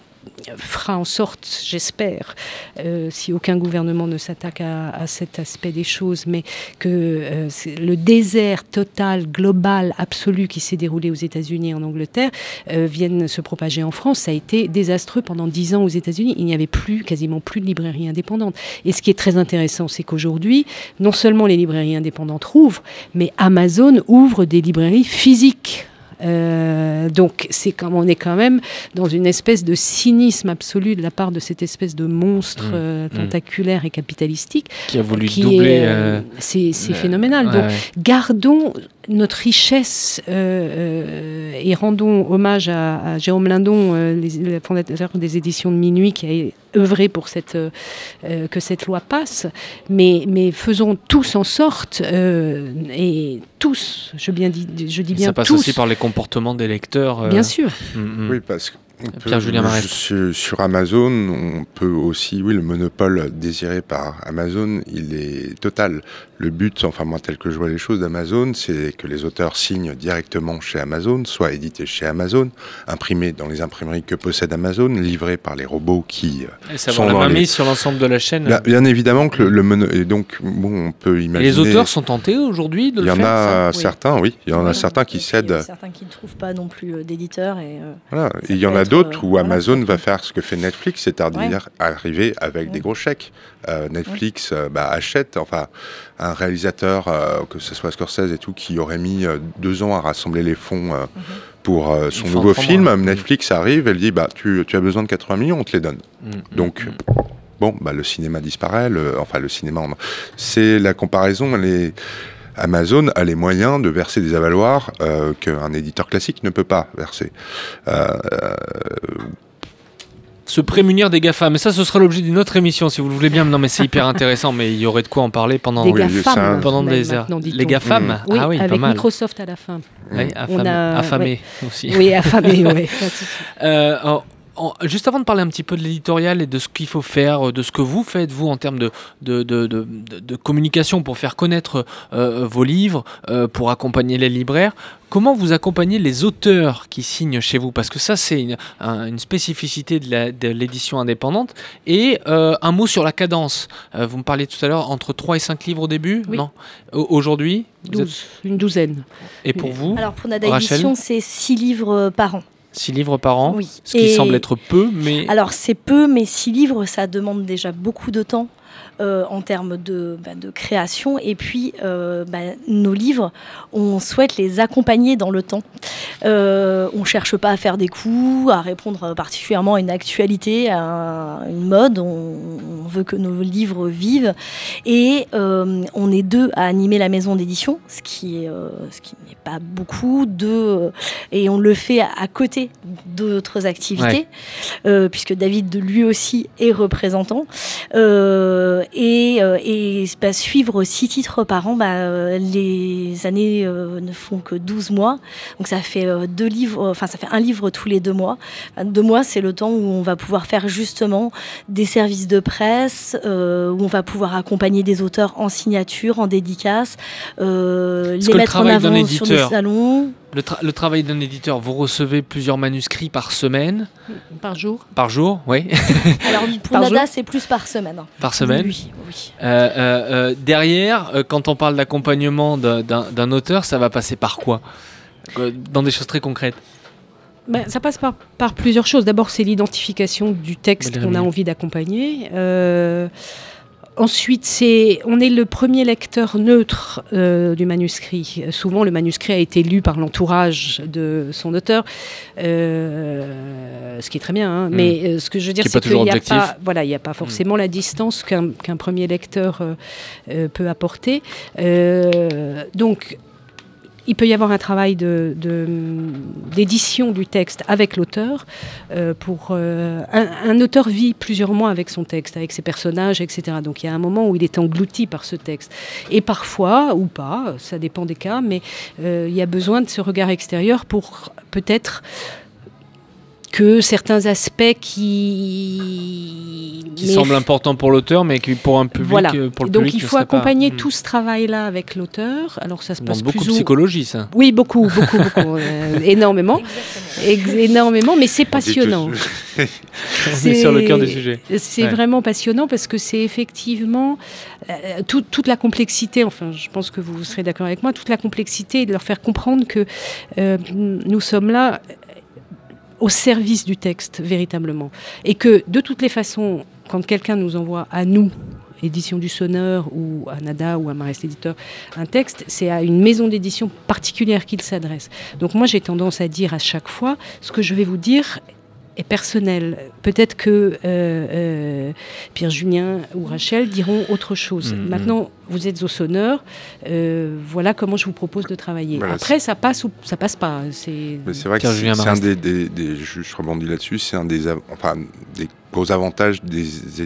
fera en sorte, j'espère, euh, si aucun gouvernement ne s'attaque à, à cet aspect des choses, mais que euh, c'est le désert total, global, absolu qui s'est déroulé aux États-Unis et en Angleterre euh, vienne se propager en France. Ça a été désastreux pendant dix ans aux États-Unis. Il n'y avait plus, quasiment plus de librairies indépendantes. Et ce qui est très intéressant, c'est qu'aujourd'hui, non seulement les librairies indépendantes rouvrent, mais Amazon ouvre des librairies physiques. Euh, donc c'est comme on est quand même dans une espèce de cynisme absolu de la part de cette espèce de monstre Mmh, euh, mmh. tentaculaire et capitalistique Qui a voulu qui doubler. est, euh, c'est, c'est euh, phénoménal. ouais, Donc ouais. gardons notre richesse euh, euh, et rendons hommage à, à Jérôme Lindon, euh, les, le fondateur des éditions de Minuit, qui a œuvré pour cette, euh, euh, que cette loi passe, mais, mais faisons tous en sorte, euh, et tous, je, bien dis, je dis bien Ça passe tous, aussi par les comportements des lecteurs. euh, bien sûr. mm, mm. Oui, parce que Pierre-Julien Marest. Sur, sur Amazon, on peut aussi, oui, le monopole désiré par Amazon, il est total. Le but, enfin moi tel que je vois les choses d'Amazon, c'est que les auteurs signent directement chez Amazon, soit édités chez Amazon, imprimés dans les imprimeries que possède Amazon, livrés par les robots qui et sont la dans mainmise les... sur l'ensemble de la chaîne. Bien, bien évidemment que le, le mono... et donc bon, on peut imaginer. Et les auteurs sont tentés aujourd'hui de il le y en faire. a ça certains, oui. Il y en a Voilà. certains qui Et puis, cèdent. Il y a certains qui ne trouvent pas non plus euh, d'éditeurs. Et, euh, Voilà. Ça Et il y en peut a être, d'autres euh, où voilà, Amazon ça peut va être- faire ce que fait Netflix, c'est-à-dire arriver avec des gros chèques. Euh, Netflix euh, bah, achète, enfin, un réalisateur, euh, que ce soit Scorsese et tout, qui aurait mis euh, deux ans à rassembler les fonds euh, pour euh, son Il faut en nouveau prendre film. un. Netflix arrive, elle dit, bah, tu, tu as besoin de quatre-vingts millions, on te les donne. Mm, Donc, mm, bon, bah, le cinéma disparaît, le, enfin, le cinéma, on- c'est la comparaison, elle est... Amazon a les moyens de verser des avaloirs euh, qu'un éditeur classique ne peut pas verser. Euh, euh, Se prémunir des GAFA, mais ça ce sera l'objet d'une autre émission si vous le voulez bien. Non mais c'est hyper intéressant, mais il y aurait de quoi en parler pendant, Des oui, GAFAM, c'est un- pendant même des heures. maintenant, dit-on. Les GAFAM, Mmh. Oui, ah oui, pas avec mal. Microsoft à la fin. Oui, affamé, a- affamé aussi. Oui, affamé, oui. Euh, en- en- juste avant de parler un petit peu de l'éditorial et de ce qu'il faut faire, de ce que vous faites, vous, en termes de, de, de, de, de- de communication pour faire connaître euh, vos livres, euh, pour accompagner les libraires, comment vous accompagnez les auteurs qui signent chez vous? Parce que ça, c'est une, un- une spécificité de, la- de l'édition indépendante. Et euh, un mot sur la cadence. Euh, vous me parliez tout à l'heure, entre trois et cinq livres au début? Oui. Non. Au- Aujourd'hui vous êtes- douze, une douzaine. Et pour vous, Alors pour Nada Rachel Édition, c'est six livres euh, par an. six livres par an, Oui. ce qui Et- semble être peu, mais... Alors c'est peu, mais six livres, ça demande déjà beaucoup de temps euh, en termes de, bah, de création. Et puis, euh, bah, nos livres, on souhaite les accompagner dans le temps. Euh, on ne cherche pas à faire des coups, à répondre particulièrement à une actualité, à une mode. On, on veut que nos livres vivent. Et euh, on est deux à animer la maison d'édition, ce qui, est, euh, ce qui n'est pas beaucoup. Deux, euh, et on le fait à, à côté d'autres activités, Ouais. euh, puisque David, lui aussi, est représentant. Euh, et euh, et bah, suivre six titres par an, bah, euh, les années euh, ne font que douze mois. Donc ça fait euh, deux livres, enfin ça fait un livre tous les deux mois. Enfin, deux mois, c'est le temps où on va pouvoir faire justement des services de presse, euh, où on va pouvoir accompagner des auteurs en signature, en dédicace, euh, Est-ce les que le mettre en travail d'un avant sur des éditeur- salons. Le, tra- le travail d'un éditeur, vous recevez plusieurs manuscrits par semaine, Par jour. par jour, oui, Alors pour Par Nada, jour c'est plus par semaine. par semaine. Oui, oui. Euh, euh, euh, derrière, euh, quand on parle d'accompagnement d'un, d'un- d'un auteur, ça va passer par quoi? Euh, Dans des choses très concrètes. Ben, ça passe par, par plusieurs choses. D'abord, c'est l'identification du texte Valérie qu'on a Mille. envie d'accompagner. Euh, ensuite, c'est, on est le premier lecteur neutre euh, du manuscrit. Euh, Souvent, le manuscrit a été lu par l'entourage de son auteur, euh, ce qui est très bien. hein. Mm. Mais euh, ce que je veux dire, Qui est c'est pas toujours qu'il n'y a objectif. pas, voilà, il n'y a pas forcément la distance qu'un, qu'un premier lecteur euh, euh, peut apporter. Euh, donc, il peut y avoir un travail de, de- d'édition du texte avec l'auteur. euh, pour, euh, un, un auteur vit plusieurs mois avec son texte, avec ses personnages, et cetera. Donc il y a un moment où il est englouti par ce texte. Et parfois, ou pas, ça dépend des cas, mais euh, il y a besoin de ce regard extérieur pour peut-être que certains aspects qui... Qui mais- semble important pour l'auteur, mais qui pour un public, Voilà. euh, pour le Donc public, il ne faut serait pas- accompagner Hmm. tout ce travail-là avec l'auteur. Alors ça se Ça passe demande beaucoup plus de ou psychologie, ça. oui, beaucoup, beaucoup, beaucoup, euh, énormément, Ex- énormément, mais c'est passionnant. On est sur le cœur du sujet. C'est Ouais. vraiment passionnant parce que c'est effectivement euh, tout- toute la complexité, enfin je pense que vous serez d'accord avec moi, toute la complexité de leur faire comprendre que euh, nous sommes là au service du texte, véritablement. Et que de toutes les façons, quand quelqu'un nous envoie à nous, Édition du Sonneur ou à Nada ou à Marest Éditeur, un texte, c'est à une maison d'édition particulière qu'il s'adresse. Donc moi j'ai tendance à dire à chaque fois, ce que je vais vous dire est personnel. Peut-être que euh, euh, Pierre-Julien ou Rachel diront autre chose. Mmh, Maintenant, vous êtes au Sonneur, euh, voilà comment je vous propose de travailler. Voilà, Après, ça passe ou ça passe pas. C'est... Mais c'est vrai que Tiens, c'est, Julien c'est un Marest. des, des, des- je, je rebondis là-dessus, c'est un des, av- enfin, des gros avantages des Des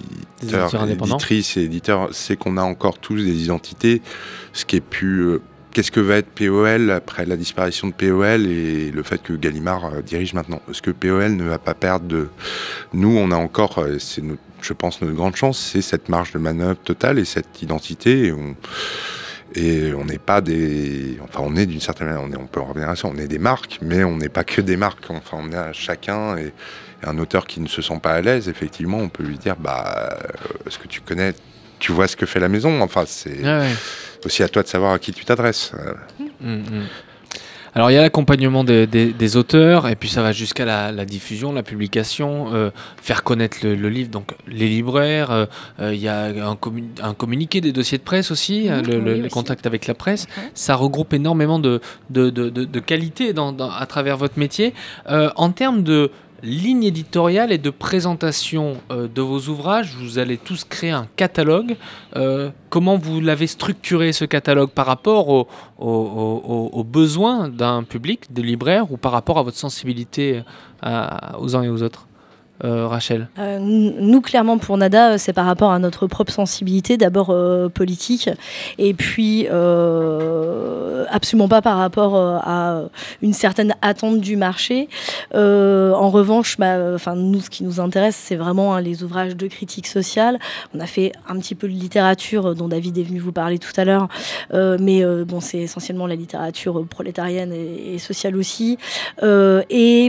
éditeurs éditeurs, indépendants. éditrices et éditeurs, c'est qu'on a encore tous des identités, ce qui est plus euh, qu'est-ce que va être P O L après la disparition de P O L et le fait que Gallimard euh, dirige maintenant. Parce que P O L ne va pas perdre de... Nous, on a encore, euh, c'est notre, je pense, notre grande chance, c'est cette marge de manœuvre totale et cette identité. Et on et on n'est pas des... Enfin, on est d'une certaine manière, on, est, on peut en revenir à ça, on est des marques, mais on n'est pas que des marques. Enfin, on est à chacun... Et, et un auteur qui ne se sent pas à l'aise, effectivement, on peut lui dire, bah, euh, est-ce que tu connais... Tu vois ce que fait la maison. Enfin, c'est ah ouais. aussi à toi de savoir à qui tu t'adresses. Mmh, mmh. Alors, il y a l'accompagnement des, des, des auteurs, et puis ça va jusqu'à la, la diffusion, la publication, euh, faire connaître le, le livre, donc les libraires. Euh, euh, il y a un, commun- un communiqué des dossiers de presse aussi, mmh, le, oui, le, le contact avec la presse. Mmh. Ça regroupe énormément de, de, de, de, de qualité dans, dans, à travers votre métier. Euh, en termes de ligne éditoriale et de présentation euh, de vos ouvrages, vous allez tous créer un catalogue. Euh, comment vous l'avez structuré, ce catalogue, par rapport au, au, au, aux besoins d'un public, des libraires, ou par rapport à votre sensibilité à, aux uns et aux autres ? Euh, Rachel euh, Nous, clairement, pour Nada, c'est par rapport à notre propre sensibilité, d'abord euh, politique, et puis euh, absolument pas par rapport euh, à une certaine attente du marché. Euh, en revanche, bah, nous, ce qui nous intéresse, c'est vraiment hein, les ouvrages de critique sociale. On a fait un petit peu de littérature, dont David est venu vous parler tout à l'heure, euh, mais euh, bon, c'est essentiellement la littérature prolétarienne et, et sociale aussi. Euh, et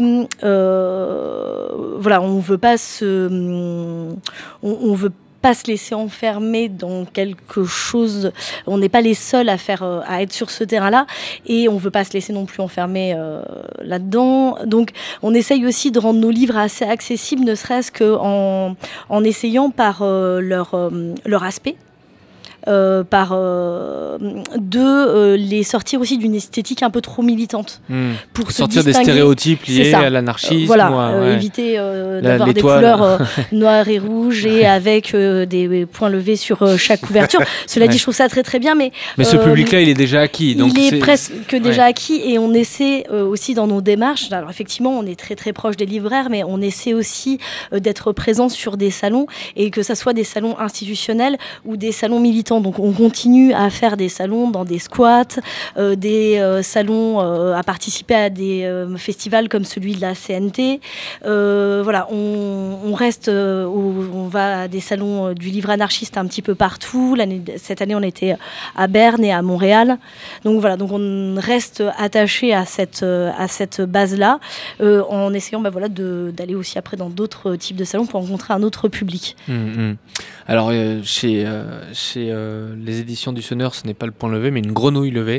euh, voilà, on veut pas se, on, on veut pas se laisser enfermer dans quelque chose. On n'est pas les seuls à faire, à être sur ce terrain-là, et on veut pas se laisser non plus enfermer euh, là-dedans. Donc, on essaye aussi de rendre nos livres assez accessibles, ne serait-ce qu'en en essayant par euh, leur euh, leur aspect. Euh, par euh, de euh, les sortir aussi d'une esthétique un peu trop militante mmh. pour sortir se des stéréotypes liés à l'anarchisme, euh, voilà, ou à, euh, ouais. éviter euh, d'avoir des couleurs euh, noires et rouges et avec euh, des points levés sur euh, chaque couverture. Cela ouais. dit, je trouve ça très très bien, mais mais ce euh, public-là, il est déjà acquis, donc il est c'est... presque déjà ouais. acquis, et on essaie euh, aussi dans nos démarches. Alors effectivement, on est très très proche des libraires, mais on essaie aussi euh, d'être présent sur des salons, et que ça soit des salons institutionnels ou des salons militants. Donc on continue à faire des salons dans des squats, euh, des euh, salons euh, à participer à des euh, festivals comme celui de la C N T. Euh, voilà, on, on reste, euh, au, on va à des salons du livre anarchiste un petit peu partout. L'année, cette année, on était à Berne et à Montréal. Donc voilà, donc on reste attaché à cette à cette base-là, euh, en essayant, bah voilà, de, d'aller aussi après dans d'autres types de salons pour rencontrer un autre public. Mmh, mmh. Alors euh, chez euh, chez euh, les éditions du Sonneur, ce n'est pas le point levé, mais une grenouille levée,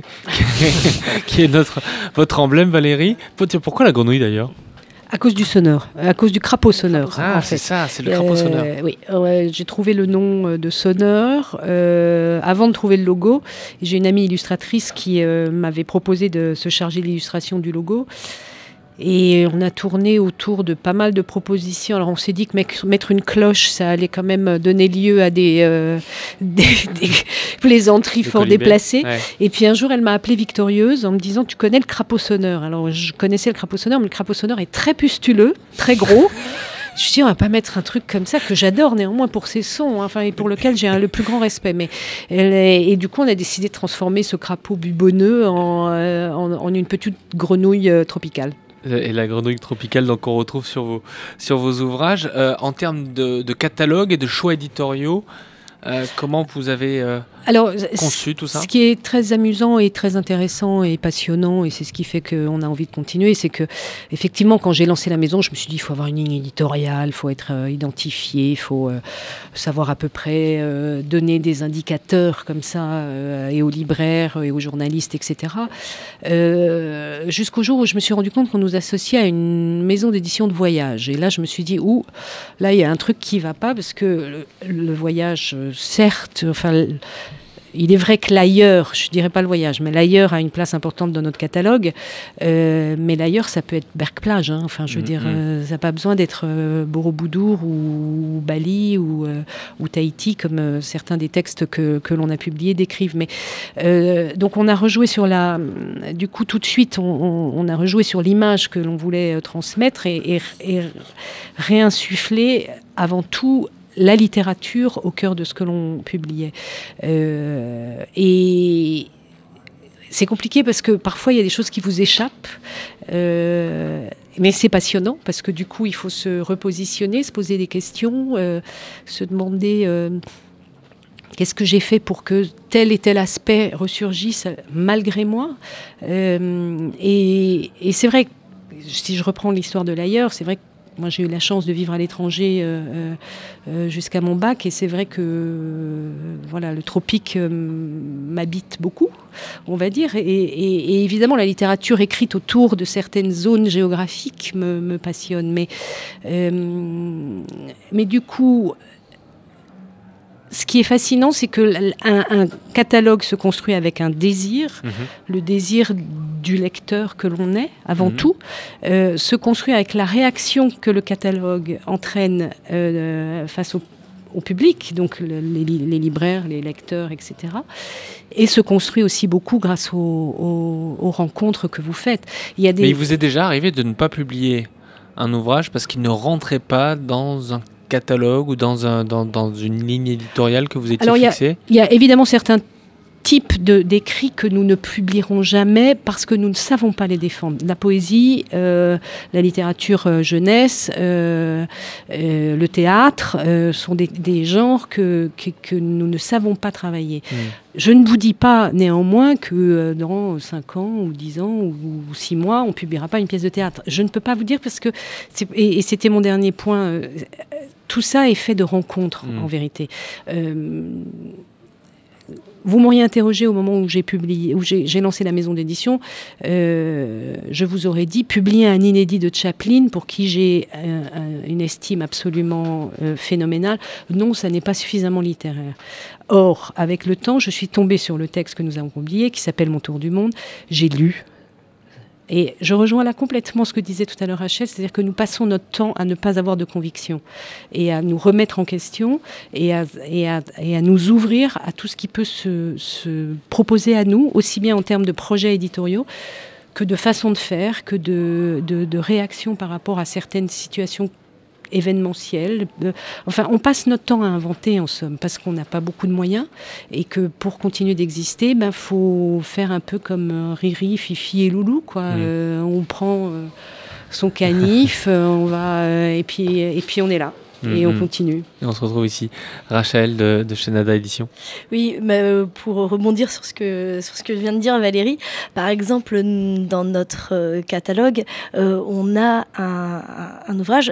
qui est notre, votre emblème, Valérie. Pourquoi la grenouille d'ailleurs ? À cause du sonneur, à cause du crapaud sonneur. Ah, en c'est fait. ça, c'est le crapaud euh, sonneur. Oui, ouais, j'ai trouvé le nom de sonneur euh, avant de trouver le logo. J'ai une amie illustratrice qui euh, m'avait proposé de se charger de l'illustration du logo. Et on a tourné autour de pas mal de propositions. Alors on s'est dit que mettre une cloche, ça allait quand même donner lieu à des, euh, des, des plaisanteries fort colibé. déplacées. Ouais. Et puis un jour, elle m'a appelée victorieuse en me disant « Tu connais le crapaud sonneur ?» Alors je connaissais le crapaud sonneur, mais le crapaud sonneur est très pustuleux, très gros. Je me suis dit, on va pas mettre un truc comme ça, que j'adore néanmoins pour ses sons, hein, enfin, et pour lequel j'ai un, le plus grand respect. Mais elle est, et du coup, on a décidé de transformer ce crapaud bubonneux en, euh, en, en une petite grenouille euh, tropicale. Et la grenouille tropicale, donc, qu'on retrouve sur vos, sur vos ouvrages. Euh, en termes de, de catalogue et de choix éditoriaux, euh, comment vous avez euh, Alors, conçu tout ça ? Ce qui est très amusant et très intéressant et passionnant, et c'est ce qui fait qu'on a envie de continuer, c'est que, effectivement, quand j'ai lancé la maison, je me suis dit, il faut avoir une ligne éditoriale, il faut être euh, identifié, il faut euh, savoir à peu près euh, donner des indicateurs comme ça, euh, et aux libraires, et aux journalistes, et cetera. Euh, jusqu'au jour où je me suis rendu compte qu'on nous associait à une maison d'édition de voyage. Et là, je me suis dit, ouh, là, il y a un truc qui ne va pas, parce que le, le voyage, certes, enfin... Il est vrai que l'ailleurs, je ne dirais pas le voyage, mais l'ailleurs a une place importante dans notre catalogue. Euh, mais l'ailleurs, ça peut être Berck-Plage. Hein. Enfin, je veux mmh, dire, mmh. euh, ça n'a pas besoin d'être euh, Borobudur ou, ou Bali ou, euh, ou Tahiti, comme euh, certains des textes que, que l'on a publiés décrivent. Mais, euh, donc, on a rejoué sur la... Du coup, tout de suite, on, on, on a rejoué sur l'image que l'on voulait euh, transmettre et, et, et réinsuffler avant tout la littérature au cœur de ce que l'on publiait. Euh, et c'est compliqué parce que parfois il y a des choses qui vous échappent, euh, mais c'est passionnant parce que du coup il faut se repositionner, se poser des questions, euh, se demander euh, qu'est-ce que j'ai fait pour que tel et tel aspect ressurgisse malgré moi. Euh, et, et c'est vrai que si je reprends l'histoire de l'ailleurs, c'est vrai que moi, j'ai eu la chance de vivre à l'étranger euh, euh, jusqu'à mon bac, et c'est vrai que euh, voilà, le tropique euh, m'habite beaucoup, on va dire. Et, et, et évidemment, la littérature écrite autour de certaines zones géographiques me, me passionne. Mais, euh, mais du coup, ce qui est fascinant, c'est qu'un un catalogue se construit avec un désir, mmh. le désir du lecteur que l'on est, avant mmh. tout, euh, se construit avec la réaction que le catalogue entraîne euh, face au, au public, donc le, les, les libraires, les lecteurs, et cetera. Et se construit aussi beaucoup grâce aux, aux, aux rencontres que vous faites. Il y a des... Mais il vous est déjà arrivé de ne pas publier un ouvrage parce qu'il ne rentrait pas dans un catalogue ou dans, un, dans, dans une ligne éditoriale que vous étiez Alors, fixée ? Il y, y a évidemment certains types de, d'écrits que nous ne publierons jamais parce que nous ne savons pas les défendre. La poésie, euh, la littérature euh, jeunesse, euh, euh, le théâtre euh, sont des, des genres que, que, que nous ne savons pas travailler. Mmh. Je ne vous dis pas néanmoins que euh, dans cinq ans ou dix ans ou, ou six mois, on ne publiera pas une pièce de théâtre. Je ne peux pas vous dire parce que, c'est, et, et c'était mon dernier point, euh, tout ça est fait de rencontres mmh. en vérité. Euh, Vous m'auriez interrogé au moment où j'ai publié, où j'ai, j'ai lancé la maison d'édition. Euh, je vous aurais dit publier un inédit de Chaplin pour qui j'ai euh, une estime absolument euh, phénoménale. Non, ça n'est pas suffisamment littéraire. Or, avec le temps, je suis tombée sur le texte que nous avons publié, qui s'appelle Mon tour du monde. J'ai lu. Et je rejoins là complètement ce que disait tout à l'heure Rachel, c'est-à-dire que nous passons notre temps à ne pas avoir de conviction et à nous remettre en question et à, et à, et à nous ouvrir à tout ce qui peut se, se proposer à nous, aussi bien en termes de projets éditoriaux que de façon de faire, que de, de, de réaction par rapport à certaines situations événementiel. Enfin, on passe notre temps à inventer, en somme, parce qu'on n'a pas beaucoup de moyens et que pour continuer d'exister, ben, faut faire un peu comme Riri, Fifi et Loulou, quoi. Mmh. Euh, on prend euh, son canif, euh, on va, euh, et, puis, et puis on est là. Mmh. Et on continue. Et on se retrouve ici. Rachel de, de chez Nada Édition. Oui, mais pour rebondir sur ce, que, sur ce que vient de dire Valérie, par exemple, dans notre catalogue, euh, on a un, un ouvrage...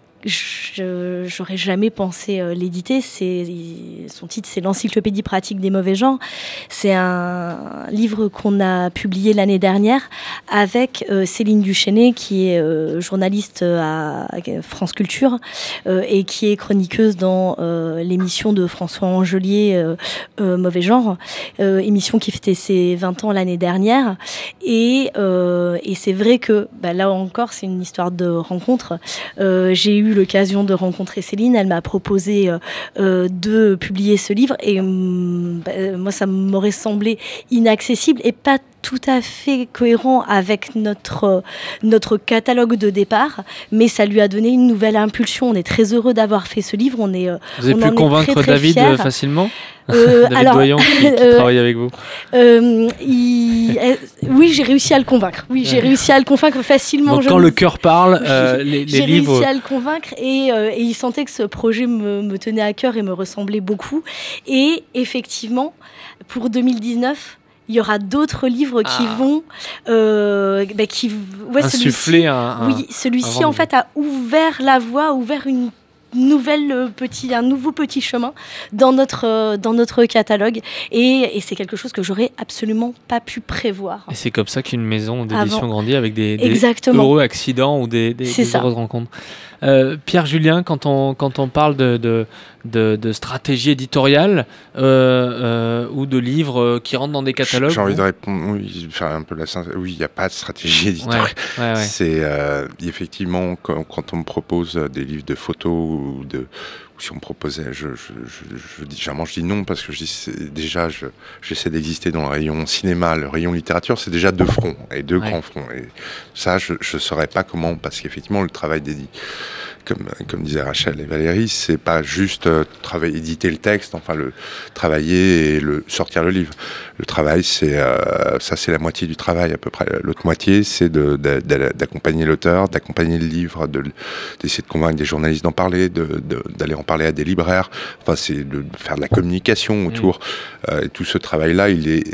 Je j'aurais jamais pensé euh, l'éditer. C'est, son titre, c'est l'Encyclopédie pratique des mauvais genres. C'est un livre qu'on a publié l'année dernière avec euh, Céline Duchesnay, qui est euh, journaliste à France Culture euh, et qui est chroniqueuse dans euh, l'émission de François Angelier, euh, euh, Mauvais genre, euh, émission qui fêtait ses vingt ans l'année dernière. Et, euh, et c'est vrai que bah, là encore, c'est une histoire de rencontre. Euh, j'ai eu l'occasion de rencontrer Céline, elle m'a proposé euh, de publier ce livre et euh, bah, moi ça m'aurait semblé inaccessible et pas tout à fait cohérent avec notre, euh, notre catalogue de départ, mais ça lui a donné une nouvelle impulsion. On est très heureux d'avoir fait ce livre. On est, euh, vous avez on pu convaincre très, très David fiers. facilement euh, David alors, Doyon qui, qui euh, travaille avec vous. Euh, il, euh, oui, j'ai réussi à le convaincre. Oui, j'ai ouais. réussi à le convaincre facilement. Donc je quand le cœur parle, euh, les, les j'ai livres... J'ai réussi à le convaincre et, euh, et il sentait que ce projet me, me tenait à cœur et me ressemblait beaucoup. Et effectivement, pour deux mille dix-neuf... il y aura d'autres livres qui ah. vont euh, bah, qui ouais, insuffler un, un oui celui-ci un en fait a ouvert la voie, ouvert une nouvelle petit un nouveau petit chemin dans notre dans notre catalogue et, et c'est quelque chose que j'aurais absolument pas pu prévoir. Et c'est comme ça qu'une maison d'édition Avant. grandit avec des, des heureux accidents ou des, des, des heureuses rencontres. Euh, Pierre Julien, quand on, quand on parle de, de, de, de stratégie éditoriale euh, euh, ou de livres qui rentrent dans des catalogues... J'ai envie de répondre, oui, faire un peu la synthèse. Oui, il n'y a pas de stratégie éditoriale. Ouais, ouais, ouais. C'est euh, effectivement, quand, quand on me propose des livres de photos ou de... ou si on me proposait, je, je, je, je dis, généralement je dis non parce que je dis, c'est, déjà je, j'essaie d'exister dans le rayon cinéma, le rayon littérature, c'est déjà deux fronts et deux ouais. grands fronts. Et ça, je ne saurais pas comment, parce qu'effectivement le travail d'édi- comme, comme disaient Rachel et Valérie, c'est pas juste euh, travailler, éditer le texte, enfin le travailler et le sortir le livre. Le travail, c'est euh, ça, c'est la moitié du travail à peu près. L'autre moitié, c'est de, de, de, d'accompagner l'auteur, d'accompagner le livre, de, d'essayer de convaincre des journalistes d'en parler, de, de, d'aller en parler à des libraires. Enfin, c'est de faire de la communication autour. Mmh. Euh, et tout ce travail-là, il est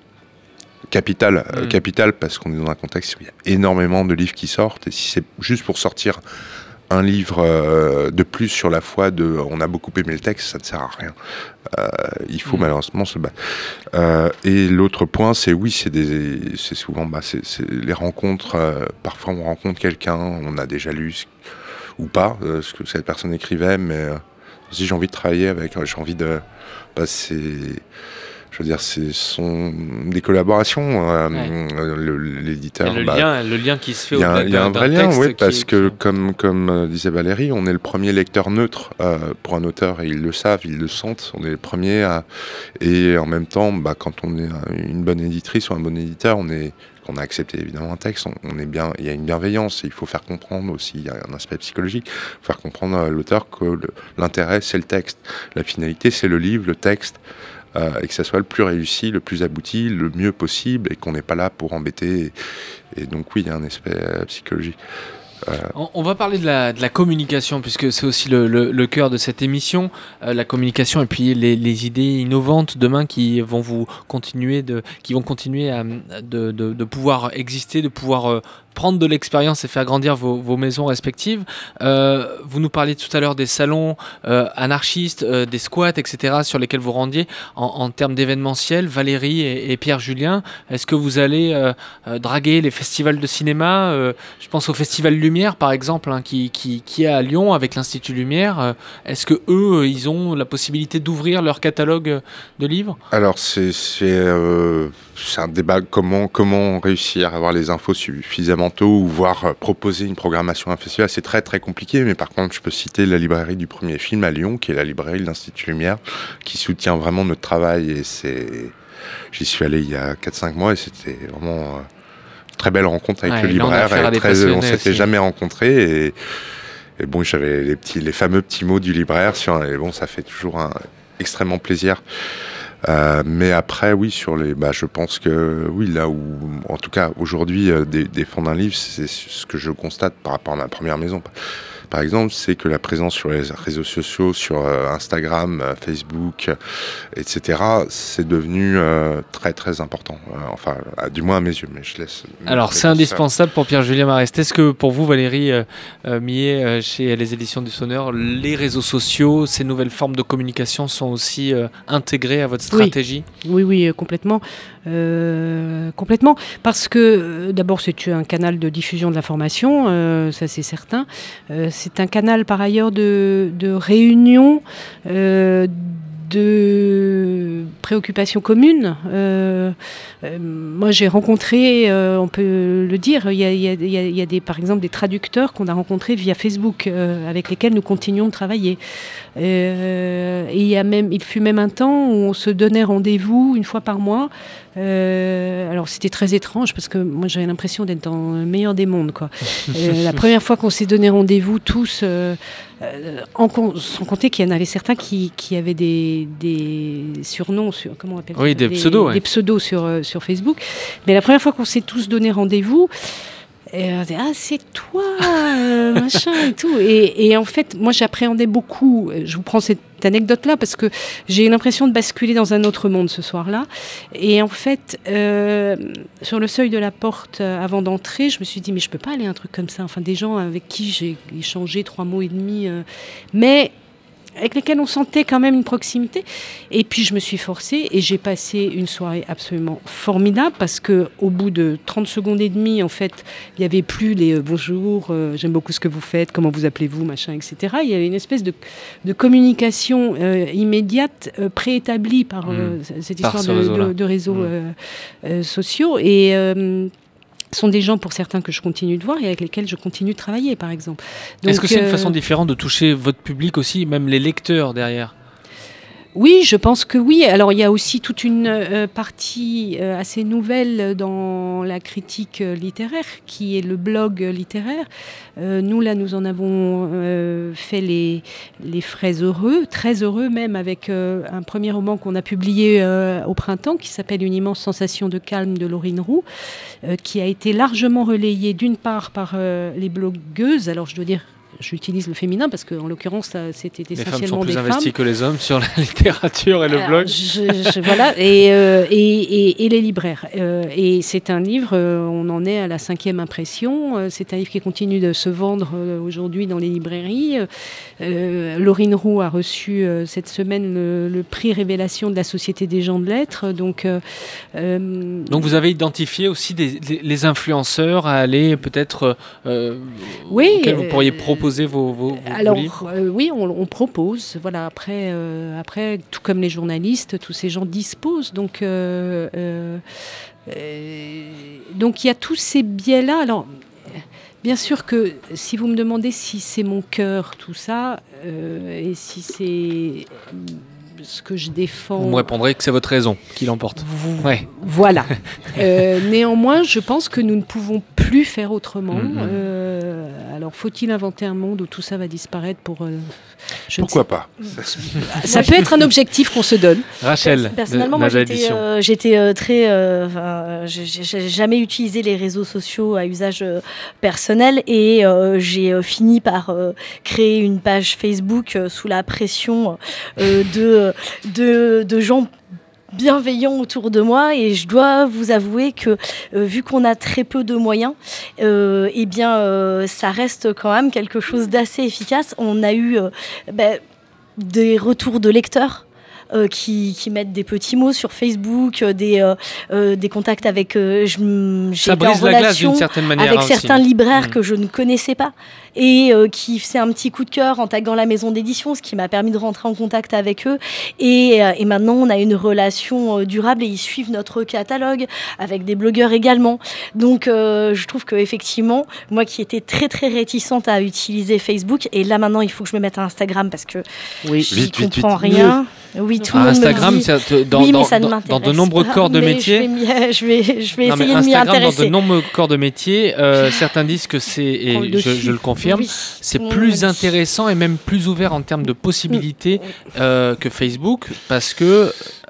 capital, mmh. euh, capital parce qu'on est dans un contexte où il y a énormément de livres qui sortent. Et si c'est juste pour sortir un livre euh, de plus sur la foi de on a beaucoup aimé le texte, ça ne sert à rien. Euh, il faut mmh. malheureusement se battre. Euh, et l'autre point, c'est oui, c'est, des, c'est souvent bah, c'est, c'est les rencontres. Euh, parfois, on rencontre quelqu'un, on a déjà lu ou pas euh, ce que cette personne écrivait, mais euh, si j'ai envie de travailler avec, j'ai envie de. Bah, c'est. Je veux dire, ce sont des collaborations. Euh, ouais. le, l'éditeur. Le, bah, lien, le lien qui se fait. Il y a, y a un vrai lien, oui, parce qui, que qui... comme comme euh, disait Valérie, on est le premier lecteur neutre euh, pour un auteur et ils le savent, ils le sentent. On est les premiers à et en même temps, bah, quand on est une bonne éditrice ou un bon éditeur, on est qu'on a accepté évidemment un texte, on, on est bien. Il y a une bienveillance. Et il faut faire comprendre aussi. Il y a un aspect psychologique. Faire comprendre à l'auteur que le, l'intérêt c'est le texte, la finalité c'est le livre, le texte. Euh, et que ça soit le plus réussi, le plus abouti, le mieux possible, et qu'on n'est pas là pour embêter. Et, et donc oui, il y a un aspect euh, psychologique. Euh... On, on va parler de la, de la communication, puisque c'est aussi le, le, le cœur de cette émission, euh, la communication et puis les, les idées innovantes demain qui vont vous continuer de, qui vont continuer à, de, de, de pouvoir exister, de pouvoir euh, prendre de l'expérience et faire grandir vos, vos maisons respectives. Euh, vous nous parliez tout à l'heure des salons euh, anarchistes, euh, des squats, et cetera, sur lesquels vous rendiez en, en termes d'événementiel. Valérie et, et Pierre-Julien, est-ce que vous allez euh, euh, draguer les festivals de cinéma euh, Je pense au Festival Lumière, par exemple, hein, qui, qui, qui est à Lyon avec l'Institut Lumière. Euh, est-ce que eux, ils ont la possibilité d'ouvrir leur catalogue de livres ? Alors, c'est, c'est, euh, c'est un débat. Comment, comment réussir à avoir les infos suffisamment tôt ou voire proposer une programmation à un festival, c'est très très compliqué, mais par contre je peux citer la librairie du premier film à Lyon, qui est la librairie de l'Institut Lumière, qui soutient vraiment notre travail, et c'est... j'y suis allé il y a quatre cinq mois et c'était vraiment une très belle rencontre avec ouais, le libraire, on, et très, on s'était aussi. jamais rencontrés, et, et bon, j'avais les, petits, les fameux petits mots du libraire, sur, et bon, ça fait toujours un, extrêmement plaisir. Euh, mais après, oui, sur les, bah, je pense que oui, là où, en tout cas, aujourd'hui, euh, des, des fonds d'un livre, c'est ce que je constate par rapport à ma première maison. Par exemple, c'est que la présence sur les réseaux sociaux, sur euh, Instagram, euh, Facebook, euh, et cetera, c'est devenu euh, très très important. Euh, enfin, euh, du moins à mes yeux, mais je laisse. Alors, c'est indispensable pour Pierre-Julien Marest. Est-ce que pour vous, Valérie euh, euh, Millet, euh, chez les éditions du Sonneur, les réseaux sociaux, ces nouvelles formes de communication sont aussi euh, intégrées à votre stratégie ? Oui, oui, oui, euh, complètement. Euh, complètement, parce que euh, d'abord c'est un canal de diffusion de l'information, euh, ça c'est certain. Euh, c'est un canal par ailleurs de, de réunion, euh, de préoccupations communes. Euh, euh, moi j'ai rencontré, euh, on peut le dire, il y a, il y a, il y a, il y a des, par exemple des traducteurs qu'on a rencontrés via Facebook, euh, avec lesquels nous continuons de travailler. Euh, et il, y a même, il fut même un temps où on se donnait rendez-vous une fois par mois. Euh, alors c'était très étrange parce que moi j'avais l'impression d'être dans le meilleur des mondes, quoi. Euh, la première fois qu'on s'est donné rendez-vous tous, euh, euh, en, sans compter qu'il y en avait certains qui, qui avaient des, des surnoms, sur, comment on appelle oui, ça, des, des pseudos, des ouais. pseudos sur, euh, sur Facebook. Mais la première fois qu'on s'est tous donné rendez-vous, et on dit, ah, c'est toi, euh, machin et tout. Et, et en fait, moi, j'appréhendais beaucoup. Je vous prends cette anecdote-là parce que j'ai eu l'impression de basculer dans un autre monde ce soir-là. Et en fait, euh, sur le seuil de la porte, euh, avant d'entrer, je me suis dit, mais je peux pas aller à un truc comme ça. Enfin, des gens avec qui j'ai échangé trois mots et demi. Euh, mais avec lesquels on sentait quand même une proximité. Et puis je me suis forcée et j'ai passé une soirée absolument formidable parce qu'au bout de trente secondes et demie, en fait, il n'y avait plus les euh, « bonjour, euh, j'aime beaucoup ce que vous faites, comment vous appelez-vous », machin, et cetera. Il y avait une espèce de, de communication euh, immédiate, euh, préétablie par euh, mmh. cette histoire par de, de, de réseaux mmh. euh, euh, sociaux. Et... Euh, Ce sont des gens, pour certains, que je continue de voir et avec lesquels je continue de travailler, par exemple. Donc, est-ce que c'est euh... une façon différente de toucher votre public aussi, même les lecteurs derrière ? Oui, je pense que oui. Alors, il y a aussi toute une euh, partie euh, assez nouvelle dans la critique euh, littéraire, qui est le blog littéraire. Euh, nous, là, nous en avons euh, fait les, les frais heureux, très heureux même, avec euh, un premier roman qu'on a publié euh, au printemps, qui s'appelle Une immense sensation de calme de Laurine Roux, euh, qui a été largement relayé d'une part par euh, les blogueuses. Alors, je dois dire... J'utilise le féminin parce qu'en l'occurrence, ça, c'était essentiellement des femmes. Les femmes sont plus investies que les hommes sur la littérature et le Alors, blog. Je, je, voilà, et, euh, et, et, et les libraires. Euh, et c'est un livre, euh, on en est à la cinquième impression. Euh, c'est un livre qui continue de se vendre euh, aujourd'hui dans les librairies. Euh, Laurine Roux a reçu euh, cette semaine le, le prix Révélation de la Société des gens de lettres. Donc, euh, euh, donc vous avez identifié aussi des, les, les influenceurs à aller peut-être euh, oui, auxquels vous pourriez proposer Vos, vos, vos Alors, livres euh, oui, on, on propose. Voilà, après, euh, après, tout comme les journalistes, tous ces gens disposent. Donc, euh, euh, euh, donc il y a tous ces biais-là. Alors, bien sûr que si vous me demandez si c'est mon cœur, tout ça, euh, et si c'est ce que je défends... Vous me répondrez que c'est votre raison qui l'emporte. Vous... Ouais. Voilà. euh, néanmoins, je pense que nous ne pouvons plus faire autrement. Mm-hmm. Euh, alors, faut-il inventer un monde où tout ça va disparaître pour... Euh, je Pourquoi pas Ça peut être un objectif qu'on se donne. Rachel, personnellement, moi, j'étais, euh, j'étais euh, très... Euh, j'ai jamais utilisé les réseaux sociaux à usage euh, personnel et euh, j'ai euh, fini par euh, créer une page Facebook euh, sous la pression euh, de... De, de gens bienveillants autour de moi et je dois vous avouer que euh, vu qu'on a très peu de moyens, euh, eh bien euh, ça reste quand même quelque chose d'assez efficace. On a eu euh, bah, des retours de lecteurs Euh, qui, qui mettent des petits mots sur Facebook, euh, des, euh, euh, des contacts avec... Euh, je, ça brise la glace d'une certaine manière. Avec hein, certains aussi. libraires mmh. que je ne connaissais pas et euh, qui faisaient un petit coup de cœur en taguant la maison d'édition, ce qui m'a permis de rentrer en contact avec eux. Et, euh, et maintenant, on a une relation euh, durable et ils suivent notre catalogue avec des blogueurs également. Donc, euh, je trouve qu'effectivement, moi qui étais très, très réticente à utiliser Facebook, et là, maintenant, il faut que je me mette à Instagram parce que oui. je n'y comprends rien. Oui, tout ah, le monde Instagram, me dit... c'est dans, oui, dans, mais ça dans, ne dans de nombreux pas, corps de métier. Je vais, je vais, je vais non, essayer de m'y Instagram, intéresser. Dans de nombreux corps de métier, euh, certains disent que c'est, et je, je le confirme, oui, c'est plus intéressant et même plus ouvert en termes de possibilités euh, que Facebook, parce que euh,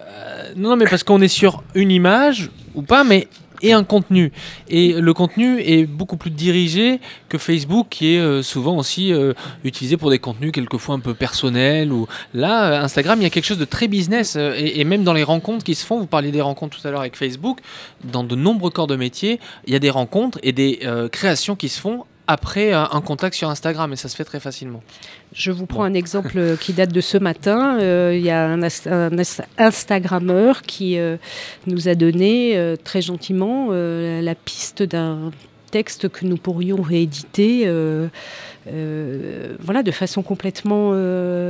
non, mais parce qu'on est sur une image ou pas, mais et un contenu. Et le contenu est beaucoup plus dirigé que Facebook, qui est euh, souvent aussi euh, utilisé pour des contenus quelquefois un peu personnels. Ou... Là, Instagram, il y a quelque chose de très business. Euh, et, et même dans les rencontres qui se font, vous parliez des rencontres tout à l'heure avec Facebook, dans de nombreux corps de métier, il y a des rencontres et des euh, créations qui se font après un, un contact sur Instagram, et ça se fait très facilement. Je vous prends bon. un exemple qui date de ce matin. Il euh, y a un, un Instagrammeur qui euh, nous a donné euh, très gentiment euh, la piste d'un texte que nous pourrions rééditer euh, euh, voilà, de façon complètement euh,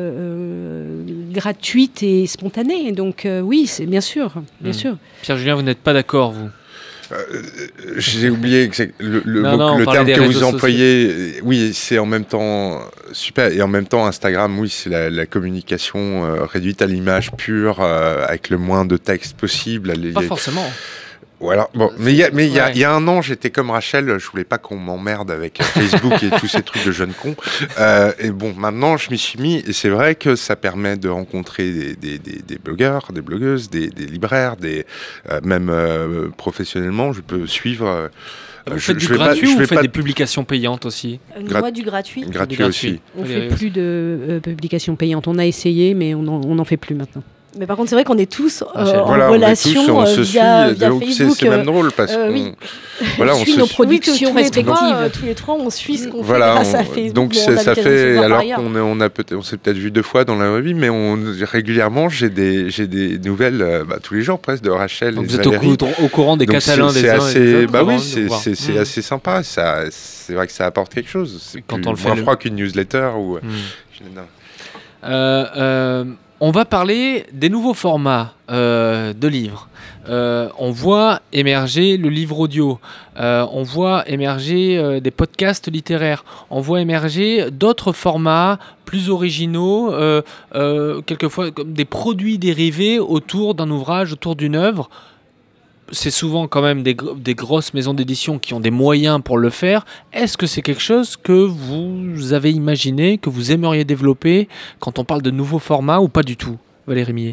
euh, gratuite et spontanée. Donc euh, oui, c'est bien sûr, bien mmh. sûr. Pierre Julien, vous n'êtes pas d'accord, vous ? Euh, j'ai oublié que c'est le, le, non, non, le terme que vous employez. Sociaux. Oui, c'est en même temps super. Et en même temps, Instagram, oui, c'est la, la communication euh, réduite à l'image pure, euh, avec le moins de texte possible. Les, pas forcément. Voilà. Bon, mais il y a, mais il y a, il y a un an, j'étais comme Rachel. Je voulais pas qu'on m'emmerde avec Facebook et tous ces trucs de jeunes cons. Euh, et bon, maintenant, je m'y suis mis. Et c'est vrai que ça permet de rencontrer des, des, des, des blogueurs, des blogueuses, des, des libraires, des euh, même euh, professionnellement, je peux suivre. Euh, vous je, faites je du gratuit pas, ou vous faites pas... des publications payantes aussi? euh, Gra- Moi, du gratuit. Gratuit, du gratuit aussi. On ne fait plus de euh, publications payantes. On a essayé, mais on n'en fait plus maintenant. Mais par contre, c'est vrai qu'on est tous euh, ah, en voilà, relation on, tous, on euh, via, suit, via donc Facebook. C'est, c'est même drôle parce euh, qu'on oui. voilà, on, on suit se nos productions oui, respectives. Tous les, trois, euh, tous les trois, on suit ce qu'on voilà, fait grâce on, à Facebook. Donc bon, c'est, ça fait alors qu'on est, on a peut-être, on s'est peut-être vu deux fois dans la vraie vie, mais on régulièrement j'ai des, j'ai des nouvelles euh, bah, tous les jours presque de Rachel. Donc et vous êtes au, au courant des donc Catalans c'est, des c'est uns assez, et des autres. Bah oui, c'est, c'est, c'est mmh. assez sympa. Ça, c'est vrai que ça apporte quelque chose. C'est quand plus, on le fait moins le... froid qu'une newsletter ou. Mmh. Euh, euh, On va parler des nouveaux formats euh, de livres. Euh, on voit émerger le livre audio, euh, on voit émerger euh, des podcasts littéraires, on voit émerger d'autres formats plus originaux, euh, euh, quelquefois comme des produits dérivés autour d'un ouvrage, autour d'une œuvre. C'est souvent quand même des, des grosses maisons d'édition qui ont des moyens pour le faire. Est-ce que c'est quelque chose que vous avez imaginé, que vous aimeriez développer quand on parle de nouveaux formats ou pas du tout, Valérie Millet ?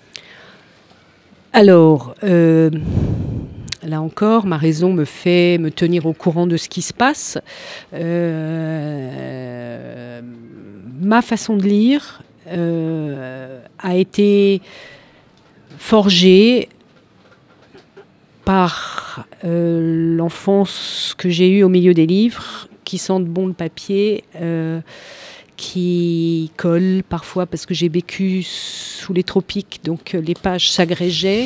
Alors, euh, là encore, ma raison me fait me tenir au courant de ce qui se passe. Euh, ma façon de lire euh, a été forgée par euh, l'enfance que j'ai eue au milieu des livres, qui sentent bon le papier, euh, qui collent parfois parce que j'ai vécu sous les tropiques, donc les pages s'agrégeaient,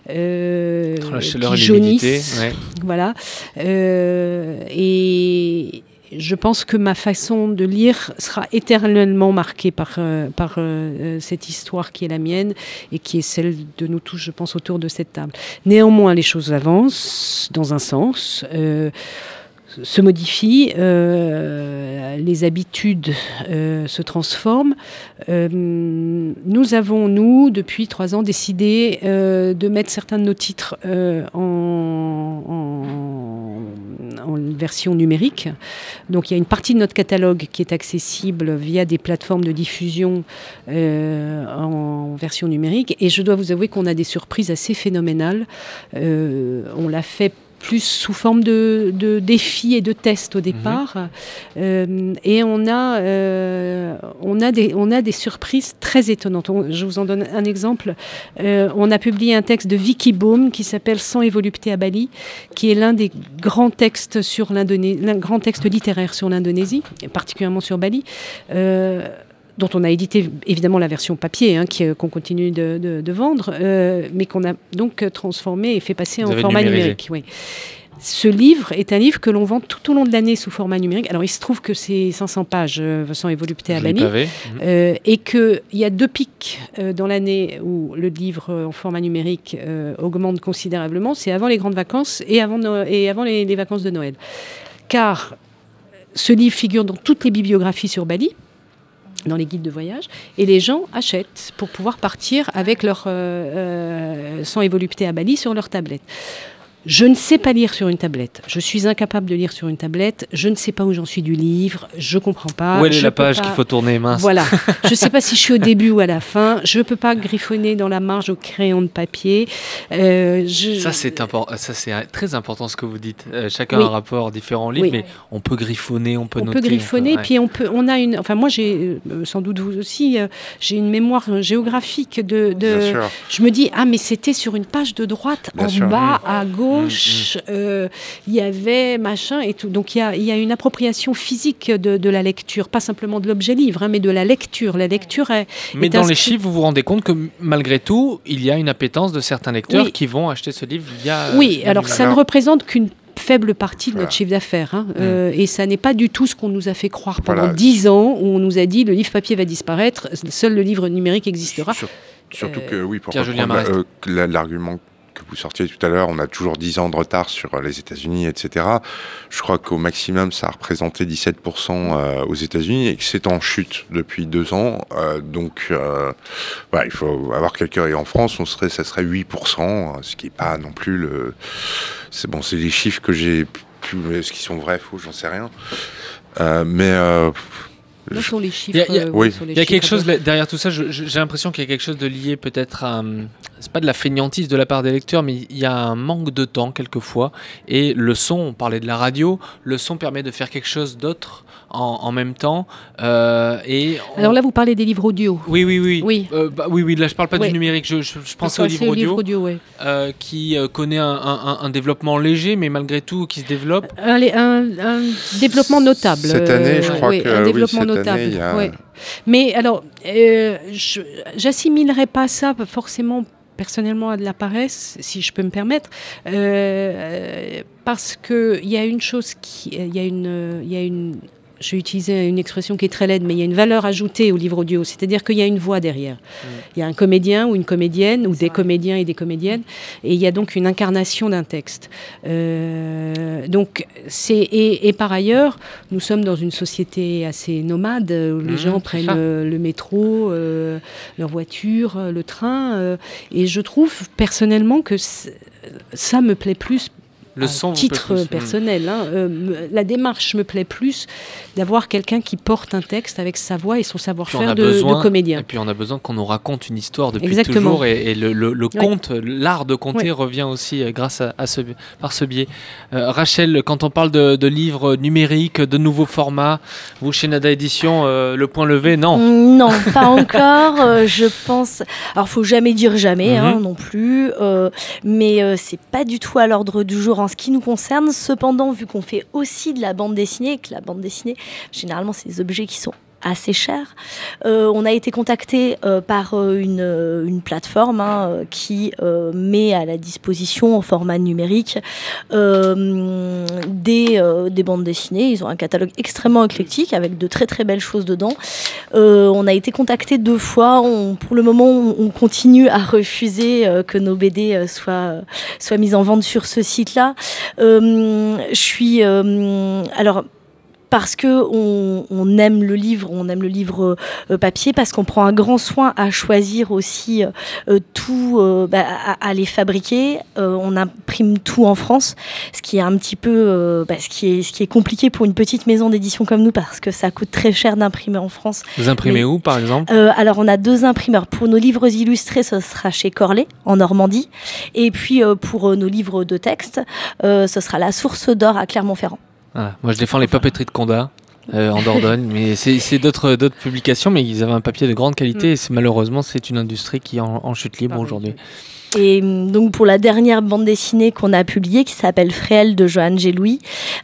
euh, qui jaunissent, ouais. Voilà. Euh, et je pense que ma façon de lire sera éternellement marquée par, euh, par euh, cette histoire qui est la mienne et qui est celle de nous tous, je pense, autour de cette table. Néanmoins, les choses avancent dans un sens, euh, se modifient, euh, les habitudes euh, se transforment. Euh, nous avons, nous, depuis trois ans, décidé euh, de mettre certains de nos titres euh, en, en, en version numérique. Donc il y a une partie de notre catalogue qui est accessible via des plateformes de diffusion euh, en version numérique. Et je dois vous avouer qu'on a des surprises assez phénoménales. Euh, on l'a fait plus sous forme de, de défis et de tests au départ. Mmh. Euh, et on a, euh, on, a des, on a des surprises très étonnantes. On, je vous en donne un exemple. Euh, on a publié un texte de Vicky Baum qui s'appelle « Sang et volupté à Bali », qui est l'un des grands textes, sur l'Indonésie, l'un grand texte littéraire sur l'Indonésie, et particulièrement sur Bali. Euh, dont on a édité évidemment la version papier, hein, qui, qu'on continue de, de, de vendre, euh, mais qu'on a donc transformé et fait passer Vous en format numérisé. numérique. Oui. Ce livre est un livre que l'on vend tout au long de l'année sous format numérique. Alors, il se trouve que c'est cinq cents pages, euh, Sang et volupté à Bali, euh, et qu'il y a deux pics euh, dans l'année où le livre euh, en format numérique euh, augmente considérablement. C'est avant les grandes vacances et avant, no- et avant les, les vacances de Noël. Car ce livre figure dans toutes les bibliographies sur Bali, dans les guides de voyage, et les gens achètent pour pouvoir partir avec leur euh, euh, Sang et volupté à Bali sur leur tablette. Je ne sais pas lire sur une tablette. Je suis incapable de lire sur une tablette. Je ne sais pas où j'en suis du livre. Je ne comprends pas. Où est la page pas... qu'il faut tourner, mince. Voilà. Je ne sais pas si je suis au début ou à la fin. Je ne peux pas griffonner dans la marge au crayon de papier. Euh, je... Ça, c'est impor- ça, c'est très important ce que vous dites. Euh, chacun oui. a un rapport différent au livre, oui. mais on peut griffonner, on peut on noter. Peut griffonner, on peut griffonner, puis on peut... On a une... Enfin, moi, j'ai, euh, sans doute vous aussi, euh, j'ai une mémoire géographique de... de... Je me dis, ah, mais c'était sur une page de droite, Bien en sûr. bas, mmh. à gauche... Mmh, mmh. Euh, il y avait machin et tout. Donc il y a, il y a une appropriation physique de, de la lecture, pas simplement de l'objet livre, hein, mais de la lecture. La lecture est. Mais est dans inscrit... les chiffres, vous vous rendez compte que malgré tout, il y a une appétence de certains lecteurs oui. qui vont acheter ce livre via. Oui, euh, alors ça alors... ne représente qu'une faible partie de voilà. notre chiffre d'affaires. Hein. Mmh. Euh, et ça n'est pas du tout ce qu'on nous a fait croire pendant dix voilà. ans, où on nous a dit le livre papier va disparaître, seul le livre numérique existera. Sur, surtout euh, que, oui, pour reprendre la, euh, la, l'argument que vous sortiez tout à l'heure, on a toujours dix ans de retard sur les États-Unis, et cetera. Je crois qu'au maximum, ça a représenté dix-sept pour cent euh, aux États-Unis et que c'est en chute depuis deux ans. Euh, donc, euh, voilà, il faut avoir quelques... Et en France, on serait, ça serait huit pour cent, ce qui n'est pas non plus le... C'est bon, c'est les chiffres que j'ai pu... Ce qui sont vrais, faux, j'en sais rien. Euh, mais... Euh, Là, sur les chiffres. Il y a, il y a, oui. il y a quelque chose derrière tout ça. Je, je, j'ai l'impression qu'il y a quelque chose de lié peut-être à. C'est pas de la fainéantise de la part des lecteurs, mais il y a un manque de temps quelquefois. Et le son, on parlait de la radio, le son permet de faire quelque chose d'autre en, en même temps. Euh, et on... Alors là, vous parlez des livres audio. Oui, oui, oui. Oui, euh, bah, oui, oui. Là, je parle pas oui. du numérique. Je, je, je pensais au livre audio, livre audio ouais. euh, qui euh, connaît un, un, un développement léger, mais malgré tout qui se développe. Un, un, un développement notable. Cette année, je crois oui, que un oui, développement cette notable. Année, il y a... ouais. Mais alors, euh, je, j'assimilerais pas ça forcément personnellement à de la paresse, si je peux me permettre, euh, parce que il y a une chose qui, il y a une, il y a une je vais utiliser une expression qui est très laide, mais il y a une valeur ajoutée au livre audio, c'est-à-dire qu'il y a une voix derrière. Mmh. Il y a un comédien ou une comédienne, ou C'est des vrai. comédiens et des comédiennes, et il y a donc une incarnation d'un texte. Euh, donc, c'est, et, et par ailleurs, nous sommes dans une société assez nomade, où les mmh, gens prennent euh, le métro, euh, leur voiture, le train, euh, et je trouve personnellement que ça me plaît plus. Le son titre plus, personnel. Hein. Euh, la démarche me plaît plus d'avoir quelqu'un qui porte un texte avec sa voix et son savoir-faire de, besoin, de comédien. Et puis on a besoin qu'on nous raconte une histoire depuis Exactement. toujours et, et le, le, le conte, oui. l'art de conter oui. revient aussi grâce à, à ce, par ce biais. Euh, Rachel, quand on parle de, de livres numériques, de nouveaux formats, vous chez Nada Édition, euh, le point levé, non Non, pas encore. euh, je pense. Alors, faut jamais dire jamais, mm-hmm. hein, non plus. Euh, mais euh, c'est pas du tout à l'ordre du jour en ce qui nous concerne. Cependant, vu qu'on fait aussi de la bande dessinée, et que la bande dessinée, généralement, c'est des objets qui sont assez cher. Euh, on a été contacté euh, par euh, une, euh, une plateforme hein, euh, qui euh, met à la disposition en format numérique euh, des, euh, des bandes dessinées. Ils ont un catalogue extrêmement éclectique avec de très très belles choses dedans. Euh, on a été contacté deux fois. On, pour le moment, on, on continue à refuser euh, que nos B D euh, soient, euh, soient mises en vente sur ce site-là. Euh, je suis... Euh, alors... parce qu'on on aime le livre, on aime le livre euh, papier, parce qu'on prend un grand soin à choisir aussi euh, tout, euh, bah, à, à les fabriquer. Euh, on imprime tout en France, ce qui est un petit peu, euh, bah, ce qui est, ce qui est compliqué pour une petite maison d'édition comme nous, parce que ça coûte très cher d'imprimer en France. Vous imprimez Mais, où, par exemple ? euh, Alors, on a deux imprimeurs. Pour nos livres illustrés, ce sera chez Corlet, en Normandie. Et puis, euh, pour euh, nos livres de texte, euh, ce sera la Source d'Or à Clermont-Ferrand. Voilà. Moi, je défends les papeteries de Condat euh, en Dordogne, mais c'est, c'est d'autres, d'autres publications, mais ils avaient un papier de grande qualité. Mmh. Et c'est, malheureusement, c'est une industrie qui est en, en chute libre ah, aujourd'hui. Oui. Et donc pour la dernière bande dessinée qu'on a publiée, qui s'appelle Fréhel de Johann Gélouis,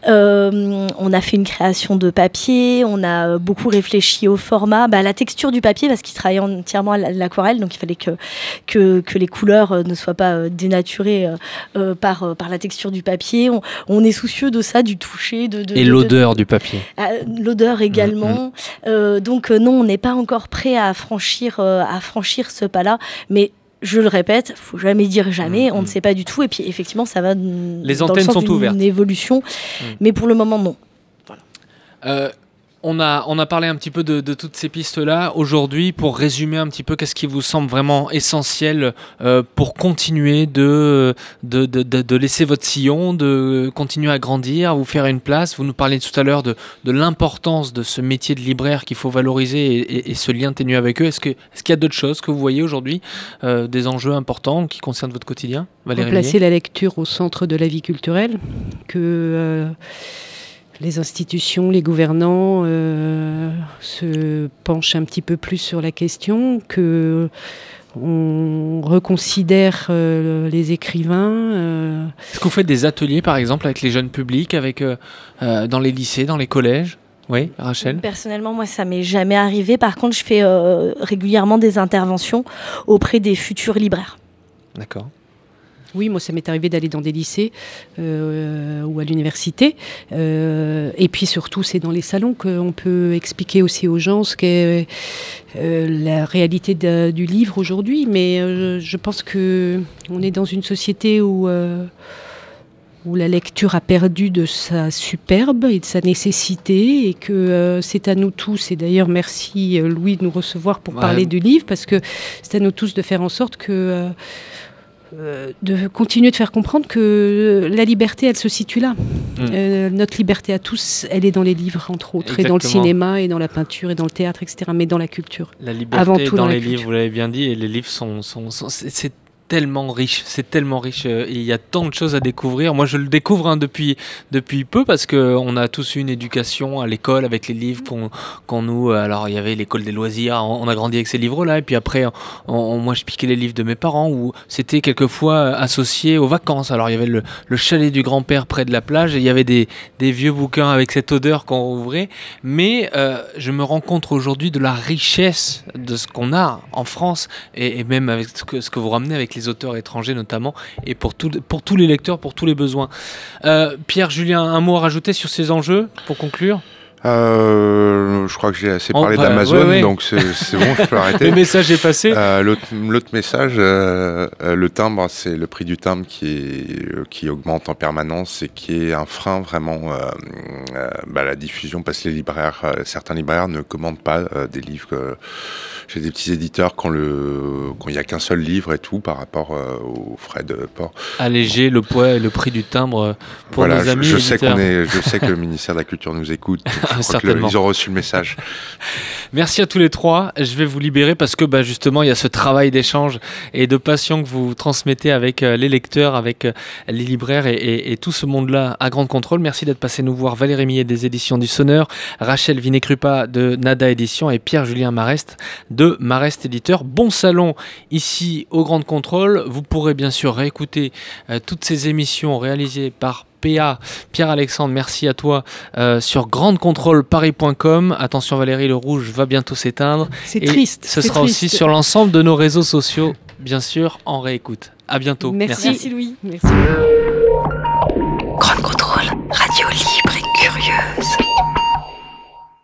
euh, on a fait une création de papier, on a beaucoup réfléchi au format, bah, à la texture du papier, parce qu'il travaillait entièrement à l'aquarelle, donc il fallait que, que, que les couleurs ne soient pas dénaturées euh, par, par la texture du papier. On, on est soucieux de ça, du toucher. De, de, Et de, l'odeur de, du papier. Euh, l'odeur également. Mmh. Euh, donc non, on n'est pas encore prêt à franchir, euh, à franchir ce pas-là, mais je le répète, faut jamais dire jamais, mmh, on mmh. ne sait pas du tout. Et puis effectivement, ça va Les dans antennes le sens sont d'une ouvertes. évolution, mmh. mais pour le moment, non. Voilà. Euh, on a, on a parlé un petit peu de, de toutes ces pistes-là. Aujourd'hui, pour résumer un petit peu, qu'est-ce qui vous semble vraiment essentiel euh, pour continuer de, de, de, de, de laisser votre sillon, de continuer à grandir, vous faire une place. Vous nous parliez tout à l'heure de, de l'importance de ce métier de libraire qu'il faut valoriser et, et, et ce lien ténu avec eux. Est-ce, que, est-ce qu'il y a d'autres choses que vous voyez aujourd'hui, euh, des enjeux importants qui concernent votre quotidien, Valérie Rivier ? Placer la lecture au centre de la vie culturelle, que... Euh les institutions, les gouvernants euh, se penchent un petit peu plus sur la question, que on reconsidère euh, les écrivains. Euh. Est-ce que vous faites des ateliers, par exemple, avec les jeunes publics, avec, euh, euh, dans les lycées, dans les collèges ? Oui, Rachel ? Personnellement, moi, ça m'est jamais arrivé. Par contre, je fais euh, régulièrement des interventions auprès des futurs libraires. D'accord. Oui, moi, ça m'est arrivé d'aller dans des lycées euh, ou à l'université. Euh, et puis surtout, c'est dans les salons qu'on peut expliquer aussi aux gens ce qu'est euh, la réalité de, du livre aujourd'hui. Mais euh, je pense qu'on est dans une société où, euh, où la lecture a perdu de sa superbe et de sa nécessité, et que euh, c'est à nous tous, et d'ailleurs merci Louis de nous recevoir pour ouais. parler du livre, parce que c'est à nous tous de faire en sorte que... Euh, Euh, de continuer de faire comprendre que la liberté, elle se situe là. Mmh. Euh, notre liberté à tous, elle est dans les livres, entre autres, Exactement. Et dans le cinéma, et dans la peinture, et dans le théâtre, et cetera, mais dans la culture. La liberté Avant tout dans, dans les livres, vous l'avez bien dit, et les livres sont... sont, sont c'est, c'est tellement riche, c'est tellement riche, et il y a tant de choses à découvrir. Moi, je le découvre hein, depuis, depuis peu, parce qu'on a tous eu une éducation à l'école avec les livres qu'on, qu'on nous... Alors, il y avait l'école des loisirs, on, on a grandi avec ces livres-là, et puis après, on, on, moi, je piquais les livres de mes parents, où c'était quelquefois associé aux vacances. Alors, il y avait le, le chalet du grand-père près de la plage, et il y avait des, des vieux bouquins avec cette odeur qu'on ouvrait, mais euh, je me rends compte aujourd'hui de la richesse de ce qu'on a en France, et, et même avec ce que, ce que vous ramenez avec les auteurs étrangers notamment, et pour, tout, pour tous les lecteurs, pour tous les besoins. Euh, Pierre, Julien, un mot à rajouter sur ces enjeux pour conclure ? Euh, je crois que j'ai assez parlé oh, bah, d'Amazon, ouais, ouais. donc c'est, c'est bon, je peux arrêter. Le message est passé. Euh, l'autre, l'autre message, euh, euh, le timbre, c'est le prix du timbre qui, est, euh, qui augmente en permanence et qui est un frein vraiment euh, euh, bah, à la diffusion, parce que les libraires, euh, certains libraires ne commandent pas euh, des livres. Euh, j'ai des petits éditeurs quand le quand il n'y a qu'un seul livre et tout par rapport euh, aux frais de port. Alléger le poids et le prix du timbre pour voilà, nos amis je, je sais éditeurs. qu'on est, je sais que le ministère de la Culture nous écoute. Certainement. Le, ils ont reçu le message. Merci à tous les trois. Je vais vous libérer parce que bah, justement, il y a ce travail d'échange et de passion que vous transmettez avec euh, les lecteurs, avec euh, les libraires et, et, et tout ce monde-là à Grande Contrôle. Merci d'être passé nous voir. Valérie Millet des éditions du Sonneur, Rachel Vinet-Krupa de Nada Édition et Pierre-Julien Marest de Marest Éditeur. Bon salon ici au Grande Contrôle. Vous pourrez bien sûr réécouter euh, toutes ces émissions réalisées par P A, Pierre-Alexandre, merci à toi, euh, sur grande contrôle paris point com. Attention Valérie, le rouge va bientôt s'éteindre. C'est et triste. Ce c'est sera triste. aussi sur l'ensemble de nos réseaux sociaux, bien sûr, en réécoute. À bientôt. Merci, Merci Louis. Merci. Grande contrôle.